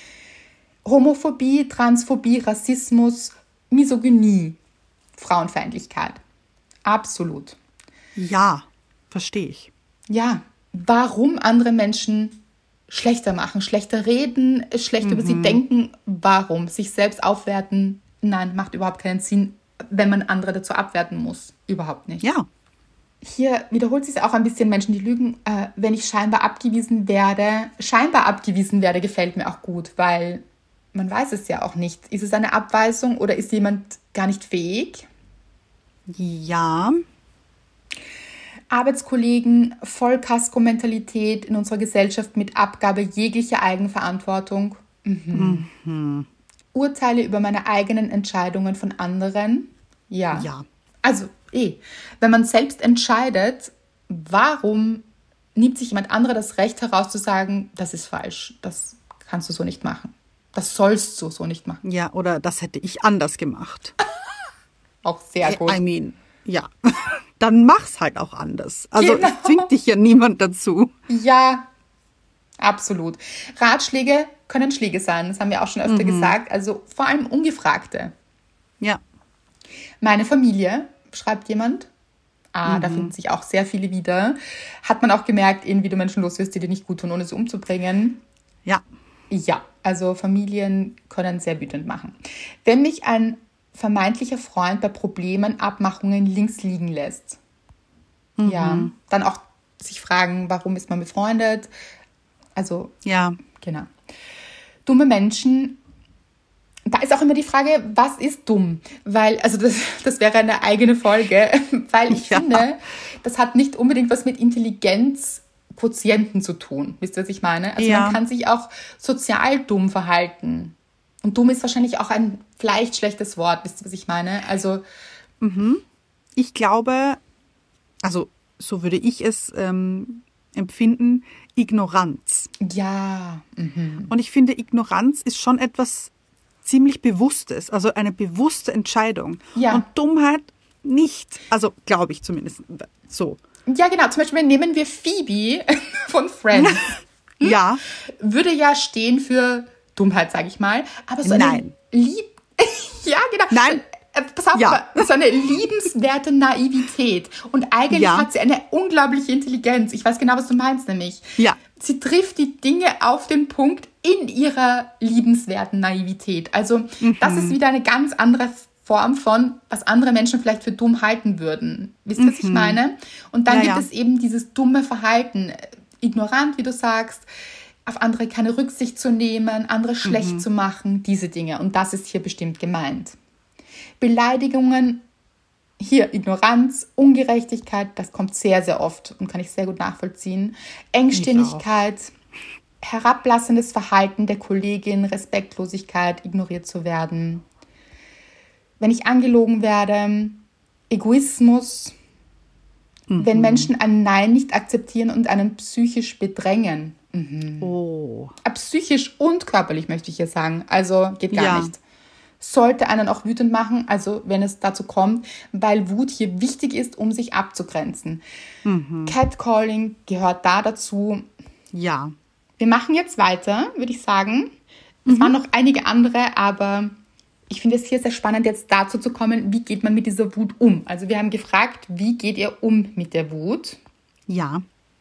Homophobie, Transphobie, Rassismus, Misogynie, Frauenfeindlichkeit. Absolut. Ja, verstehe ich. Ja, warum andere Menschen schlechter machen, schlechter reden, schlecht mhm. über sie denken, warum? Sich selbst aufwerten, nein, macht überhaupt keinen Sinn, wenn man andere dazu abwerten muss. Überhaupt nicht. Ja. Hier wiederholt sich auch ein bisschen Menschen, die lügen, äh, wenn ich scheinbar abgewiesen werde. Scheinbar abgewiesen werde, gefällt mir auch gut, weil man weiß es ja auch nicht. Ist es eine Abweisung oder ist jemand gar nicht fähig? Ja. Arbeitskollegen, Vollkasko-Mentalität in unserer Gesellschaft mit Abgabe jeglicher Eigenverantwortung. Mhm. Mhm. Urteile über meine eigenen Entscheidungen von anderen. Ja. Ja. Also, eh, wenn man selbst entscheidet, warum nimmt sich jemand anderer das Recht heraus zu sagen, das ist falsch, das kannst du so nicht machen. Das sollst du so nicht machen. Ja, oder das hätte ich anders gemacht. Auch sehr gut. I mean, ja. Dann mach's halt auch anders. Also Genau. es zwingt dich ja niemand dazu. Ja, absolut. Ratschläge können Schläge sein, das haben wir auch schon öfter mhm. gesagt. Also vor allem Ungefragte. Ja. Meine Familie, schreibt jemand. Ah, mhm. Da finden sich auch sehr viele wieder. Hat man auch gemerkt, wie du Menschen loswirst, die dir nicht gut tun, ohne sie umzubringen. Ja. Ja, also Familien können sehr wütend machen. Wenn mich ein vermeintlicher Freund bei Problemen, Abmachungen links liegen lässt. Mhm. Ja, dann auch sich fragen, warum ist man befreundet? Also, ja, genau. Dumme Menschen, da ist auch immer die Frage, was ist dumm? Weil, also das, das wäre eine eigene Folge, weil ich ja. finde, das hat nicht unbedingt was mit Intelligenzquotienten zu tun. Wisst ihr, was ich meine? Also ja. man kann sich auch sozial dumm verhalten. Und dumm ist wahrscheinlich auch ein vielleicht schlechtes Wort. Wisst ihr, was ich meine? Also mhm. Ich glaube, also so würde ich es ähm, empfinden Ignoranz. Ja. Mhm. Und ich finde, Ignoranz ist schon etwas ziemlich Bewusstes, also eine bewusste Entscheidung. Ja. Und Dummheit nicht, also glaube ich zumindest so. Ja, genau. Zum Beispiel nehmen wir Phoebe von Friends. Hm? Ja. Würde ja stehen für Dummheit, sage ich mal. Aber so eine Nein. Lieb... ja, genau. Nein. Äh, Pass auf, Ja. aber so eine liebenswerte Naivität. Und eigentlich Ja. hat sie eine unglaubliche Intelligenz. Ich weiß genau, was du meinst, nämlich. Ja. Sie trifft die Dinge auf den Punkt in ihrer liebenswerten Naivität. Also Mhm. das ist wieder eine ganz andere Form von, was andere Menschen vielleicht für dumm halten würden. Wisst ihr, was ich meine? Und dann Ja, gibt ja. es eben dieses dumme Verhalten. Ignorant, wie du sagst, auf andere keine Rücksicht zu nehmen, andere schlecht zu machen, diese Dinge. Und das ist hier bestimmt gemeint. Beleidigungen, hier Ignoranz, Ungerechtigkeit, das kommt sehr, sehr oft und kann ich sehr gut nachvollziehen. Engstimmigkeit, herablassendes Verhalten der Kollegin, Respektlosigkeit, ignoriert zu werden. Wenn ich angelogen werde, Egoismus, Mhm. wenn Menschen ein Nein nicht akzeptieren und einen psychisch bedrängen. Oh. Äh, Psychisch und körperlich, möchte ich hier sagen. Also geht gar Ja. nicht. Sollte einen auch wütend machen, also wenn es dazu kommt, weil Wut hier wichtig ist, um sich abzugrenzen. Mhm. Catcalling gehört da dazu. Ja. Wir machen jetzt weiter, würde ich sagen. Es waren noch einige andere, aber ich finde es hier sehr spannend, jetzt dazu zu kommen, wie geht man mit dieser Wut um? Also wir haben gefragt, wie geht ihr um mit der Wut? Ja.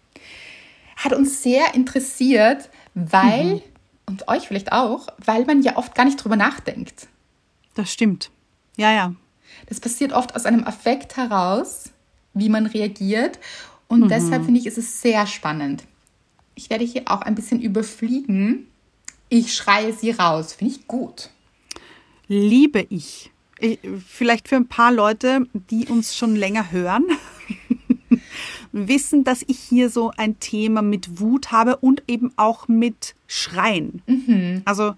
Hat uns sehr interessiert, weil, und euch vielleicht auch, weil man ja oft gar nicht drüber nachdenkt. Das stimmt. Ja, ja. Das passiert oft aus einem Affekt heraus, wie man reagiert. Und deshalb finde ich, ist es sehr spannend. Ich werde hier auch ein bisschen überfliegen. Ich schreie sie raus. Finde ich gut. Liebe ich. ich. Vielleicht für ein paar Leute, die uns schon länger hören, wissen, dass ich hier so ein Thema mit Wut habe und eben auch mit Schreien. Mhm. Also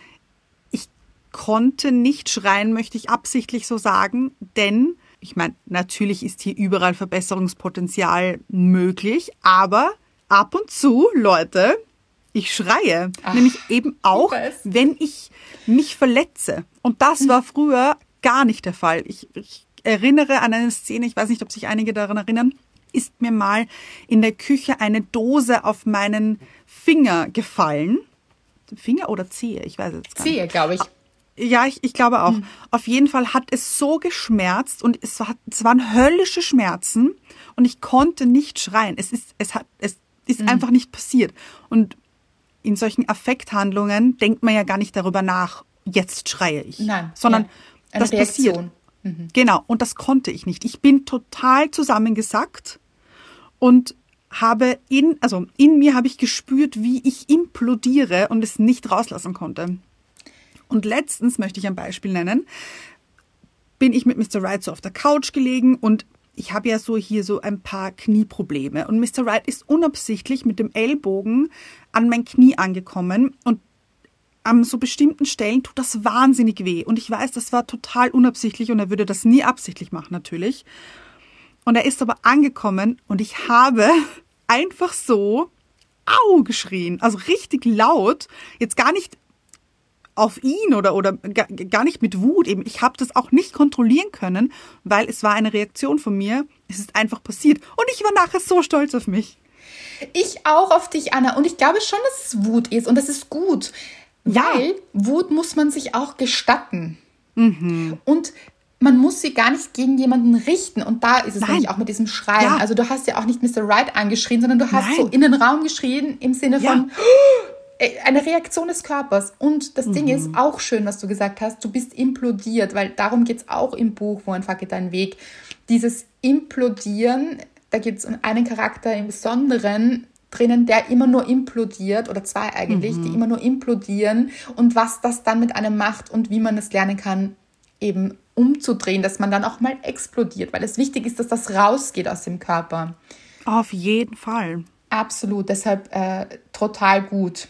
ich konnte nicht schreien, möchte ich absichtlich so sagen, denn ich meine, natürlich ist hier überall Verbesserungspotenzial möglich, aber ab und zu, Leute, ich schreie. Ach, nämlich eben auch, ich weiß. wenn ich mich verletze. Und das war früher gar nicht der Fall. Ich, ich erinnere an eine Szene, ich weiß nicht, ob sich einige daran erinnern, ist mir mal in der Küche eine Dose auf meinen Finger gefallen. Finger oder Zehe? Ich weiß jetzt gar nicht. Zehe, glaube ich. Ja, ich, ich glaube auch. Mhm. Auf jeden Fall hat es so geschmerzt und es, war, es waren höllische Schmerzen und ich konnte nicht schreien. Es ist, es hat, es ist Mhm. einfach nicht passiert. Und in solchen Affekthandlungen denkt man ja gar nicht darüber nach, jetzt schreie ich. Nein. Sondern ja. Eine das passiert. Reaktion. Mhm. Genau, und das konnte ich nicht. Ich bin total zusammengesackt und habe in, also in mir habe ich gespürt, wie ich implodiere und es nicht rauslassen konnte. Und letztens, möchte ich ein Beispiel nennen, bin ich mit Mister Wright so auf der Couch gelegen und ich habe ja so hier so ein paar Knieprobleme. Und Mister Wright ist unabsichtlich mit dem Ellbogen an mein Knie angekommen und an so bestimmten Stellen tut das wahnsinnig weh. Und ich weiß, das war total unabsichtlich und er würde das nie absichtlich machen natürlich. Und er ist aber angekommen und ich habe einfach so Au geschrien. Also richtig laut. Jetzt gar nicht auf ihn oder, oder gar, gar nicht mit Wut. Eben, ich habe das auch nicht kontrollieren können, weil es war eine Reaktion von mir. Es ist einfach passiert. Und ich war nachher so stolz auf mich. Ich auch auf dich, Anna. Und ich glaube schon, dass es Wut ist. Und das ist gut. Ja. Weil Wut muss man sich auch gestatten. Mhm. Und man muss sie gar nicht gegen jemanden richten. Und da ist es Nein. nämlich auch mit diesem Schreien. Ja. Also du hast ja auch nicht Mister Wright angeschrien, sondern du hast Nein. so in den Raum geschrien im Sinne Ja. von eine Reaktion des Körpers. Und das Mhm. Ding ist auch schön, was du gesagt hast. Du bist implodiert, weil darum geht es auch im Buch, Wo ein Fuck geht dein Weg. Dieses Implodieren, da geht es um einen Charakter im Besonderen drinnen, der immer nur implodiert, oder zwei eigentlich, die immer nur implodieren und was das dann mit einem macht und wie man es lernen kann, eben umzudrehen, dass man dann auch mal explodiert, weil es wichtig ist, dass das rausgeht aus dem Körper. Auf jeden Fall. Absolut, deshalb äh, total gut.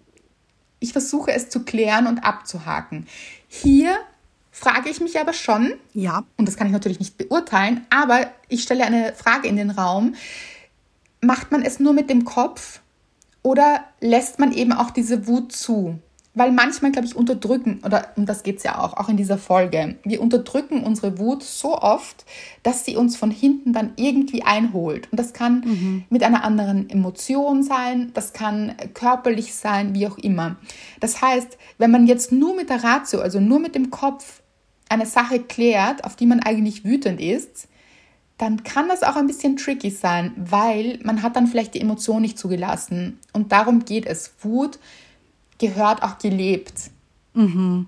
Ich versuche es zu klären und abzuhaken. Hier frage ich mich aber schon, Ja. und das kann ich natürlich nicht beurteilen, aber ich stelle eine Frage in den Raum. macht man es nur mit dem Kopf oder lässt man eben auch diese Wut zu? Weil manchmal, glaube ich, unterdrücken, oder um das geht es ja auch, auch in dieser Folge, wir unterdrücken unsere Wut so oft, dass sie uns von hinten dann irgendwie einholt. Und das kann mhm. mit einer anderen Emotion sein, das kann körperlich sein, wie auch immer. Das heißt, wenn man jetzt nur mit der Ratio, also nur mit dem Kopf eine Sache klärt, auf die man eigentlich wütend ist, dann kann das auch ein bisschen tricky sein, weil man hat dann vielleicht die Emotion nicht zugelassen. Und darum geht es. Wut gehört auch gelebt. Mhm.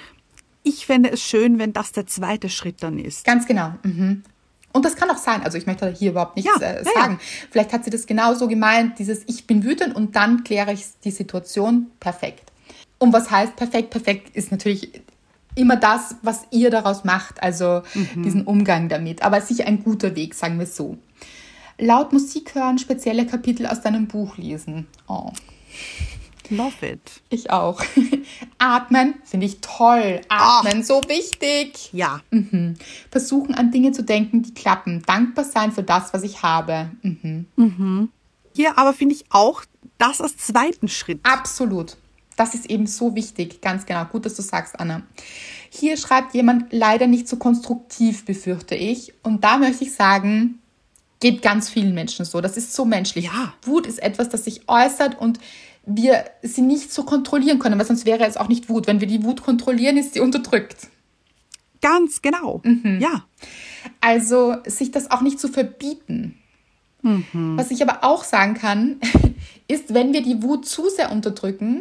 Ich fände es schön, wenn das der zweite Schritt dann ist. Ganz genau. Mhm. Und das kann auch sein, also ich möchte hier überhaupt nichts ja, äh, sagen. Ja, ja. Vielleicht hat sie das genauso gemeint, dieses ich bin wütend und dann kläre ich die Situation perfekt. Und was heißt perfekt? Perfekt ist natürlich immer das, was ihr daraus macht, also mhm. diesen Umgang damit. Aber sicher ein guter Weg, sagen wir so. Laut Musik hören, spezielle Kapitel aus deinem Buch lesen. Oh. Love it. Ich auch. Atmen finde ich toll. Atmen, oh. so wichtig. Ja. Mhm. Versuchen an Dinge zu denken, die klappen. Dankbar sein für das, was ich habe. Mhm. Mhm. Hier aber finde ich auch das als zweiten Schritt. Absolut. Das ist eben so wichtig. Ganz genau. Gut, dass du sagst, Anna. Hier schreibt jemand, leider nicht so konstruktiv, befürchte ich. Und da möchte ich sagen, geht ganz vielen Menschen so. Das ist so menschlich. Ja. Wut ist etwas, das sich äußert und wir sie nicht so kontrollieren können, weil sonst wäre es auch nicht Wut. Wenn wir die Wut kontrollieren, ist sie unterdrückt. Ganz genau, mhm. ja. Also sich das auch nicht zu verbieten. Mhm. Was ich aber auch sagen kann, ist, wenn wir die Wut zu sehr unterdrücken,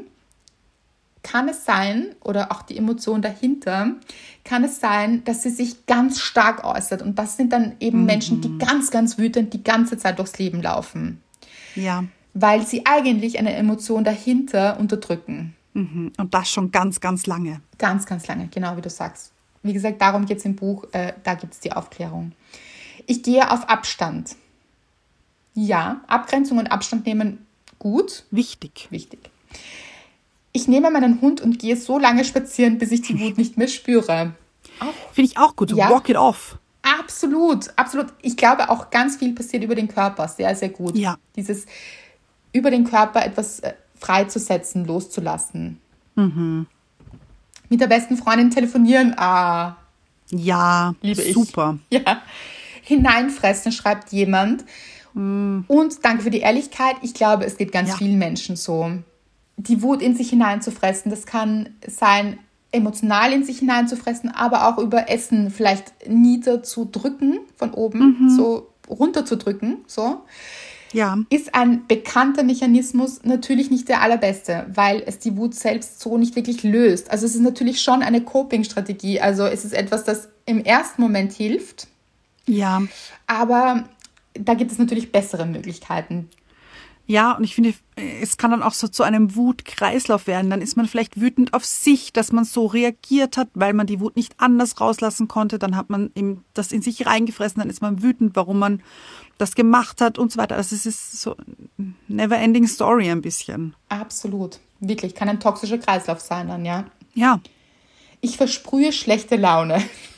kann es sein, oder auch die Emotion dahinter, kann es sein, dass sie sich ganz stark äußert. Und das sind dann eben mhm. Menschen, die ganz, ganz wütend die ganze Zeit durchs Leben laufen. Ja. Weil sie eigentlich eine Emotion dahinter unterdrücken. Mhm. Und das schon ganz, ganz lange. Ganz, ganz lange, genau wie du sagst. Wie gesagt, darum geht es im Buch, äh, da gibt es die Aufklärung. Ich gehe auf Abstand. Ja, Abgrenzung und Abstand nehmen, gut. Wichtig. Wichtig. Ich nehme meinen Hund und gehe so lange spazieren, bis ich die Wut nicht mehr spüre. Finde ich auch gut, ja. Walk it off. Absolut, absolut. Ich glaube auch ganz viel passiert über den Körper, sehr, sehr gut. Ja. Dieses über den Körper etwas freizusetzen, loszulassen. Mhm. Mit der besten Freundin telefonieren, ah. Ja, liebe ich. Super. Ja. Hineinfressen, schreibt jemand. Mhm. Und danke für die Ehrlichkeit. Ich glaube, es geht ganz ja. vielen Menschen so. Die Wut in sich hineinzufressen, das kann sein, emotional in sich hineinzufressen, aber auch über Essen vielleicht niederzudrücken, von oben, mhm. so runterzudrücken, so. Ja. Ist ein bekannter Mechanismus, natürlich nicht der allerbeste, weil es die Wut selbst so nicht wirklich löst. Also es ist natürlich schon eine Coping-Strategie, also es ist etwas, das im ersten Moment hilft. Ja. Aber da gibt es natürlich bessere Möglichkeiten. Ja, und ich finde, es kann dann auch so zu einem Wutkreislauf werden. Dann ist man vielleicht wütend auf sich, dass man so reagiert hat, weil man die Wut nicht anders rauslassen konnte. Dann hat man eben das in sich reingefressen, dann ist man wütend, warum man das gemacht hat und so weiter. Also es ist so never-ending story ein bisschen. Absolut. Wirklich, kann ein toxischer Kreislauf sein dann, ja. Ja. Ich versprühe schlechte Laune.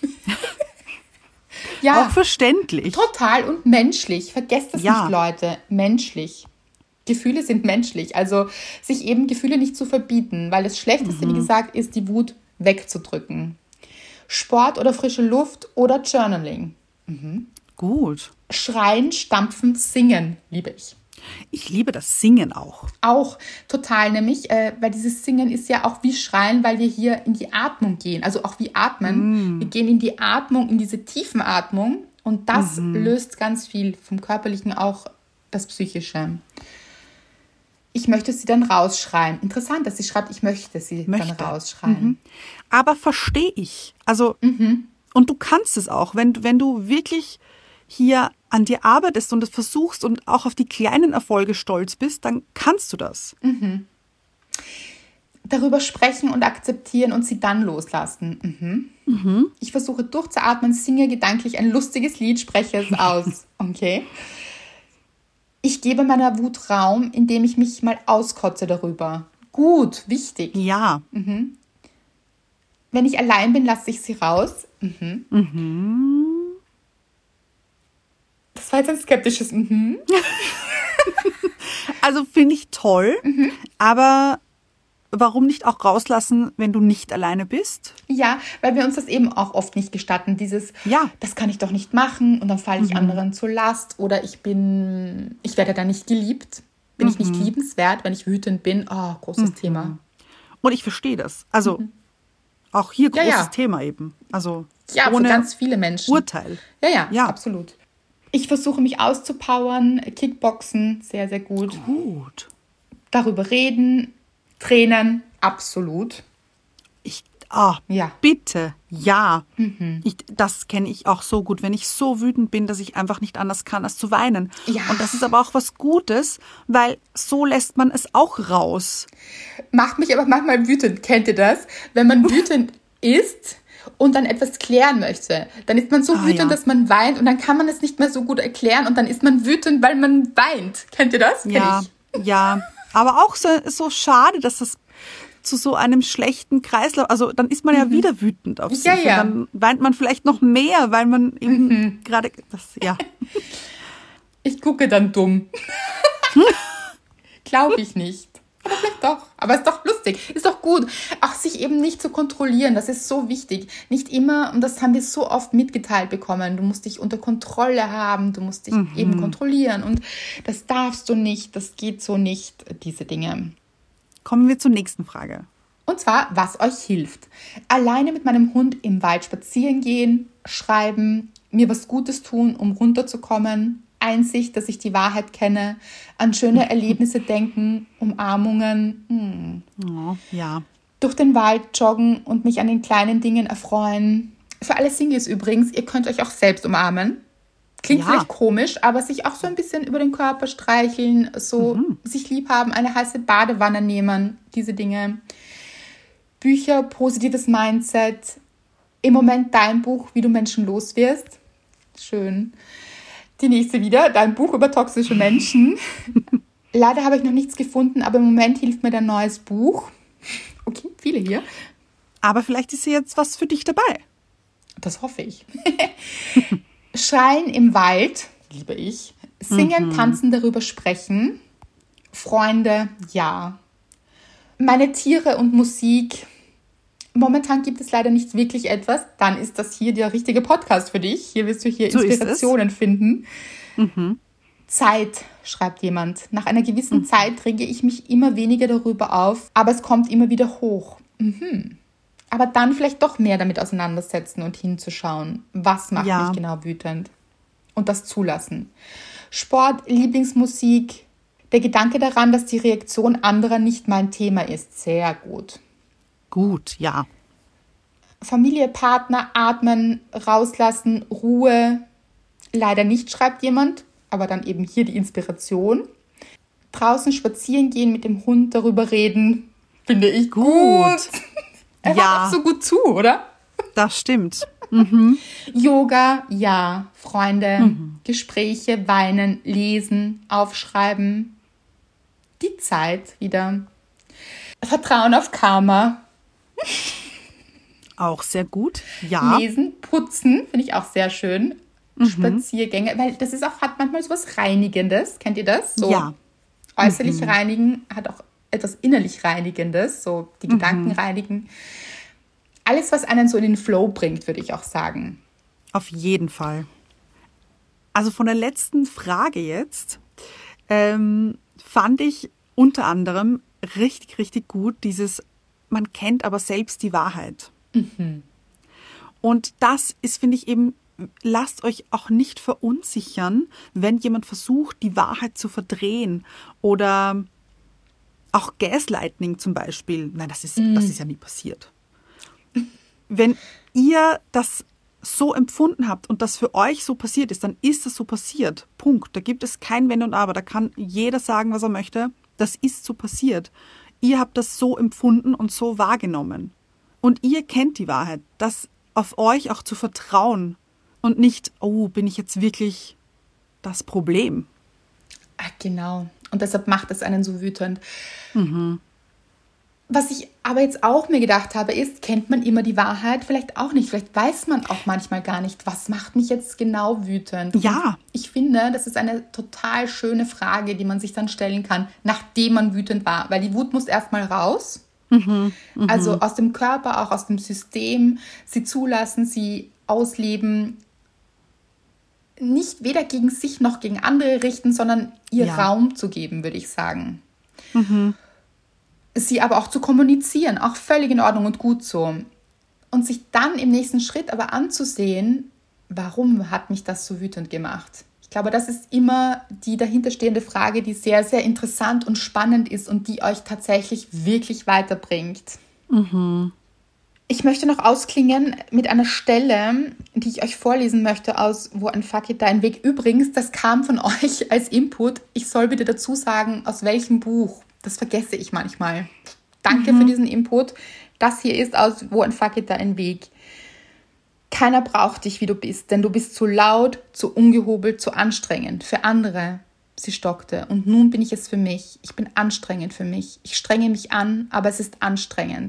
Ja. Auch verständlich. Total und menschlich. Vergesst das ja. nicht, Leute. Menschlich. Gefühle sind menschlich, also sich eben Gefühle nicht zu verbieten, weil das Schlechteste, mhm. wie gesagt, ist, die Wut wegzudrücken. Sport oder frische Luft oder Journaling. Mhm. Gut. Schreien, stampfen, singen, liebe ich. Ich liebe das Singen auch. Auch total, nämlich, äh, weil dieses Singen ist ja auch wie Schreien, weil wir hier in die Atmung gehen, also auch wie Atmen. Mm. Wir gehen in die Atmung, in diese Tiefenatmung und das mhm. löst ganz viel vom Körperlichen, auch das Psychische. Ich möchte sie dann rausschreien. Interessant, dass sie schreibt, ich möchte sie möchte. dann rausschreien. Mhm. Aber verstehe ich. Also, mhm. und du kannst es auch, wenn, wenn du wirklich hier an dir arbeitest und es versuchst und auch auf die kleinen Erfolge stolz bist, dann kannst du das. Mhm. Darüber sprechen und akzeptieren und sie dann loslassen. Mhm. Mhm. Ich versuche durchzuatmen, singe gedanklich ein lustiges Lied, spreche es aus. Okay. Ich gebe meiner Wut Raum, indem ich mich mal auskotze darüber. Gut, wichtig. Ja. Mhm. Wenn ich allein bin, lasse ich sie raus. Mhm. Mhm. Das war jetzt ein skeptisches Mhm. Also finde ich toll, Mhm. aber warum nicht auch rauslassen, wenn du nicht alleine bist? Ja, weil wir uns das eben auch oft nicht gestatten. Dieses, Ja. das kann ich doch nicht machen und dann falle ich anderen zur Last oder ich bin, ich werde dann nicht geliebt. Bin ich nicht liebenswert, wenn ich wütend bin? Oh, großes Thema. Und ich verstehe das. Also auch hier Ja, großes ja. Thema eben. Also Ja, für ohne ganz viele Menschen. Urteil. Ja, ja, Ja. absolut. Ich versuche mich auszupowern, Kickboxen, sehr, sehr gut. Gut. Darüber reden, Tränen, absolut. Ich, ah, Ja. bitte, ja. Ich, das kenne ich auch so gut, wenn ich so wütend bin, dass ich einfach nicht anders kann, als zu weinen. Ja. Und das ist aber auch was Gutes, weil so lässt man es auch raus. Macht mich aber manchmal wütend. Kennt ihr das? Wenn man wütend ist und dann etwas klären möchte, dann ist man so Ah, wütend, ja. dass man weint und dann kann man es nicht mehr so gut erklären und dann ist man wütend, weil man weint. Kennt ihr das? Kenn Ja, ich. ja. Aber auch so, so schade, dass das zu so einem schlechten Kreislauf, also dann ist man ja wieder wütend auf sich. Ja, ja. Und dann weint man vielleicht noch mehr, weil man eben gerade, das, ja. Ich gucke dann dumm. Glaube ich nicht. Aber vielleicht doch. Aber ist doch lustig. Ist doch gut. Auch sich eben nicht zu kontrollieren. Das ist so wichtig. Nicht immer, und das haben wir so oft mitgeteilt bekommen, du musst dich unter Kontrolle haben, du musst dich eben kontrollieren. Und das darfst du nicht, das geht so nicht, diese Dinge. Kommen wir zur nächsten Frage. Und zwar, was euch hilft. Alleine mit meinem Hund im Wald spazieren gehen, schreiben, mir was Gutes tun, um runterzukommen, Einsicht, dass ich die Wahrheit kenne, an schöne Erlebnisse denken, Umarmungen, hm. Oh, ja. durch den Wald joggen und mich an den kleinen Dingen erfreuen. Für alle Singles übrigens, ihr könnt euch auch selbst umarmen. Klingt Ja. vielleicht komisch, aber sich auch so ein bisschen über den Körper streicheln, so sich lieb haben, eine heiße Badewanne nehmen, diese Dinge. Bücher, positives Mindset. Im Moment dein Buch, wie du Menschen los wirst. Schön. Die nächste wieder, dein Buch über toxische Menschen. Leider habe ich noch nichts gefunden, aber im Moment hilft mir dein neues Buch. Okay, viele hier. Aber vielleicht ist hier jetzt was für dich dabei. Das hoffe ich. Schreien im Wald, liebe ich. Singen, tanzen, darüber sprechen. Freunde, ja. Meine Tiere und Musik. Momentan gibt es leider nicht wirklich etwas. Dann ist das hier der richtige Podcast für dich. Hier wirst du hier So ist es. Inspirationen finden. Zeit, schreibt jemand. Nach einer gewissen Zeit rege ich mich immer weniger darüber auf, aber es kommt immer wieder hoch. Mhm. Aber dann vielleicht doch mehr damit auseinandersetzen und hinzuschauen, was macht Ja. mich genau wütend. Und das zulassen. Sport, Lieblingsmusik, der Gedanke daran, dass die Reaktion anderer nicht mein Thema ist. Sehr gut. Gut, ja. Familie, Partner, atmen, rauslassen, Ruhe. Leider nicht, schreibt jemand, aber dann eben hier die Inspiration. Draußen spazieren gehen, mit dem Hund darüber reden, finde ich gut. Gut. Er Ja. hört auch so gut zu, oder? Das stimmt. Yoga, ja. Freunde, Gespräche, weinen, lesen, aufschreiben. Die Zeit wieder. Vertrauen auf Karma. Auch sehr gut. Ja. Lesen, putzen, finde ich auch sehr schön. Spaziergänge, weil das ist auch, hat manchmal so was Reinigendes. Kennt ihr das? So Ja. äußerlich reinigen hat auch etwas innerlich Reinigendes, so die Gedanken reinigen. Alles, was einen so in den Flow bringt, würde ich auch sagen. Auf jeden Fall. Also von der letzten Frage jetzt ähm, fand ich unter anderem richtig, richtig gut dieses, man kennt aber selbst die Wahrheit. Und das ist, finde ich eben, lasst euch auch nicht verunsichern, wenn jemand versucht, die Wahrheit zu verdrehen oder auch Gaslighting zum Beispiel. Nein, das ist, das ist ja nie passiert. Wenn ihr das so empfunden habt und das für euch so passiert ist, dann ist das so passiert. Punkt. Da gibt es kein Wenn und Aber. Da kann jeder sagen, was er möchte. Das ist so passiert. Ihr habt das so empfunden und so wahrgenommen. Und ihr kennt die Wahrheit. Das auf euch auch zu vertrauen und nicht, oh, bin ich jetzt wirklich das Problem? Ah, genau. Und deshalb macht es einen so wütend. Was ich aber jetzt auch mir gedacht habe, ist, kennt man immer die Wahrheit? Vielleicht auch nicht. Vielleicht weiß man auch manchmal gar nicht, was macht mich jetzt genau wütend. Ja. Und ich finde, das ist eine total schöne Frage, die man sich dann stellen kann, nachdem man wütend war. Weil die Wut muss erstmal raus. Mhm, mh. Also aus dem Körper, auch aus dem System. Sie zulassen, sie ausleben. Nicht weder gegen sich noch gegen andere richten, sondern ihr Ja. Raum zu geben, würde ich sagen. Mhm. Sie aber auch zu kommunizieren, auch völlig in Ordnung und gut so. Und sich dann im nächsten Schritt aber anzusehen, warum hat mich das so wütend gemacht? Ich glaube, das ist immer die dahinterstehende Frage, die sehr, sehr interessant und spannend ist und die euch tatsächlich wirklich weiterbringt. Mhm. Ich möchte noch ausklingen mit einer Stelle, die ich euch vorlesen möchte aus Wo ein Fuck it, dein Weg. Übrigens, das kam von euch als Input. Ich soll bitte dazu sagen, aus welchem Buch. Das vergesse ich manchmal. Danke Mhm. für diesen Input. Das hier ist aus Wo ein Fuck it, dein Weg. Keiner braucht dich, wie du bist, denn du bist zu laut, zu ungehobelt, zu anstrengend. Für andere. Sie stockte. Und nun bin ich es für mich. Ich bin anstrengend für mich. Ich strenge mich an, aber es ist anstrengend.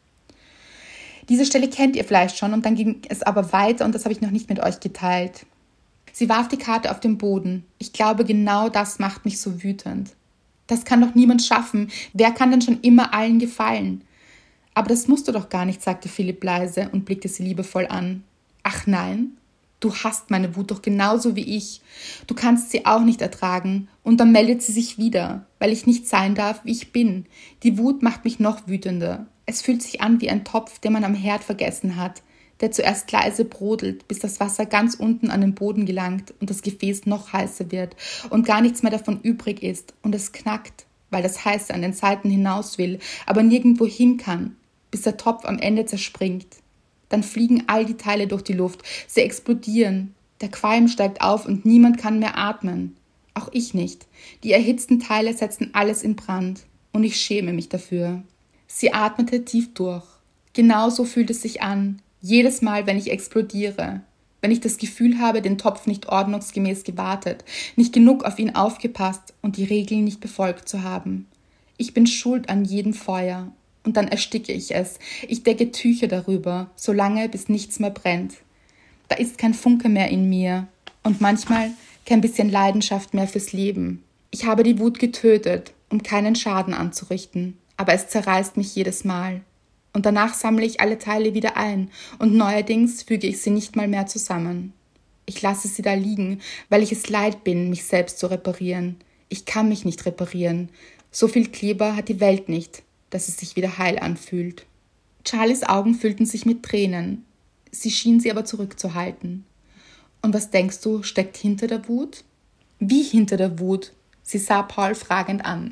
Diese Stelle kennt ihr vielleicht schon und dann ging es aber weiter und das habe ich noch nicht mit euch geteilt. Sie warf die Karte auf den Boden. Ich glaube, genau das macht mich so wütend. Das kann doch niemand schaffen. Wer kann denn schon immer allen gefallen? Aber das musst du doch gar nicht, sagte Philipp leise und blickte sie liebevoll an. Ach nein, du hast meine Wut doch genauso wie ich. Du kannst sie auch nicht ertragen. Und dann meldet sie sich wieder, weil ich nicht sein darf, wie ich bin. Die Wut macht mich noch wütender. Es fühlt sich an wie ein Topf, den man am Herd vergessen hat, der zuerst leise brodelt, bis das Wasser ganz unten an den Boden gelangt und das Gefäß noch heißer wird und gar nichts mehr davon übrig ist und es knackt, weil das Heiße an den Seiten hinaus will, aber nirgendwo hin kann, bis der Topf am Ende zerspringt. Dann fliegen all die Teile durch die Luft, sie explodieren, der Qualm steigt auf und niemand kann mehr atmen. Auch ich nicht. Die erhitzten Teile setzen alles in Brand und ich schäme mich dafür. Sie atmete tief durch. Genauso fühlt es sich an, jedes Mal, wenn ich explodiere, wenn ich das Gefühl habe, den Topf nicht ordnungsgemäß gewartet, nicht genug auf ihn aufgepasst und die Regeln nicht befolgt zu haben. Ich bin schuld an jedem Feuer und dann ersticke ich es. Ich decke Tücher darüber, solange bis nichts mehr brennt. Da ist kein Funke mehr in mir und manchmal kein bisschen Leidenschaft mehr fürs Leben. Ich habe die Wut getötet, um keinen Schaden anzurichten. Aber es zerreißt mich jedes Mal. Und danach sammle ich alle Teile wieder ein und neuerdings füge ich sie nicht mal mehr zusammen. Ich lasse sie da liegen, weil ich es leid bin, mich selbst zu reparieren. Ich kann mich nicht reparieren. So viel Kleber hat die Welt nicht, dass es sich wieder heil anfühlt. Charlies Augen füllten sich mit Tränen. Sie schien sie aber zurückzuhalten. Und was denkst du, steckt hinter der Wut? Wie hinter der Wut? Sie sah Paul fragend an.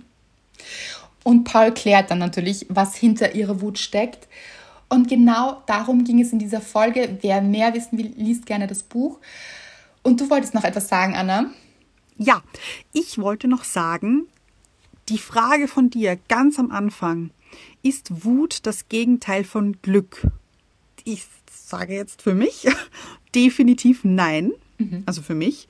Und Paul klärt dann natürlich, was hinter ihrer Wut steckt. Und genau darum ging es in dieser Folge. Wer mehr wissen will, liest gerne das Buch. Und du wolltest noch etwas sagen, Anna? Ja, ich wollte noch sagen, die Frage von dir ganz am Anfang, ist Wut das Gegenteil von Glück? Ich sage jetzt für mich definitiv nein, mhm. also für mich.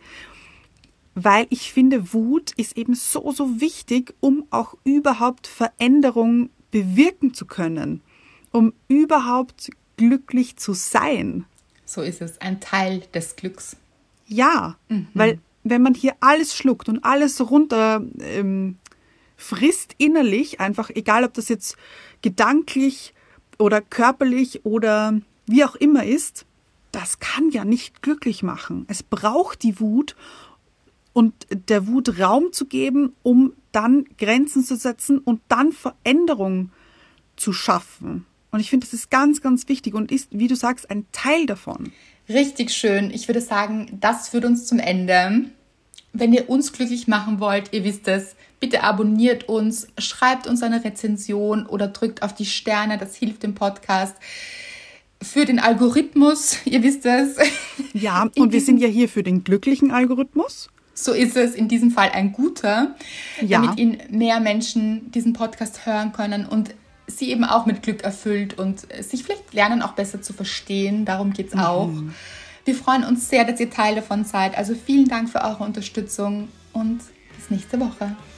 Weil ich finde, Wut ist eben so, so wichtig, um auch überhaupt Veränderung bewirken zu können, um überhaupt glücklich zu sein. So ist es, ein Teil des Glücks. Ja, mhm. weil wenn man hier alles schluckt und alles runter ähm, frisst innerlich, einfach egal, ob das jetzt gedanklich oder körperlich oder wie auch immer ist, das kann ja nicht glücklich machen. Es braucht die Wut, und der Wut Raum zu geben, um dann Grenzen zu setzen und dann Veränderung zu schaffen. Und ich finde, das ist ganz, ganz wichtig und ist, wie du sagst, ein Teil davon. Richtig schön. Ich würde sagen, das führt uns zum Ende. Wenn ihr uns glücklich machen wollt, ihr wisst es, bitte abonniert uns, schreibt uns eine Rezension oder drückt auf die Sterne, das hilft dem Podcast. Für den Algorithmus, ihr wisst es. Ja, und wir sind ja hier für den glücklichen Algorithmus. So ist es in diesem Fall ein guter, ja. damit ihn mehr Menschen diesen Podcast hören können und sie eben auch mit Glück erfüllt und sich vielleicht lernen, auch besser zu verstehen. Darum geht es mhm. auch. Wir freuen uns sehr, dass ihr Teil davon seid. Also vielen Dank für eure Unterstützung und bis nächste Woche.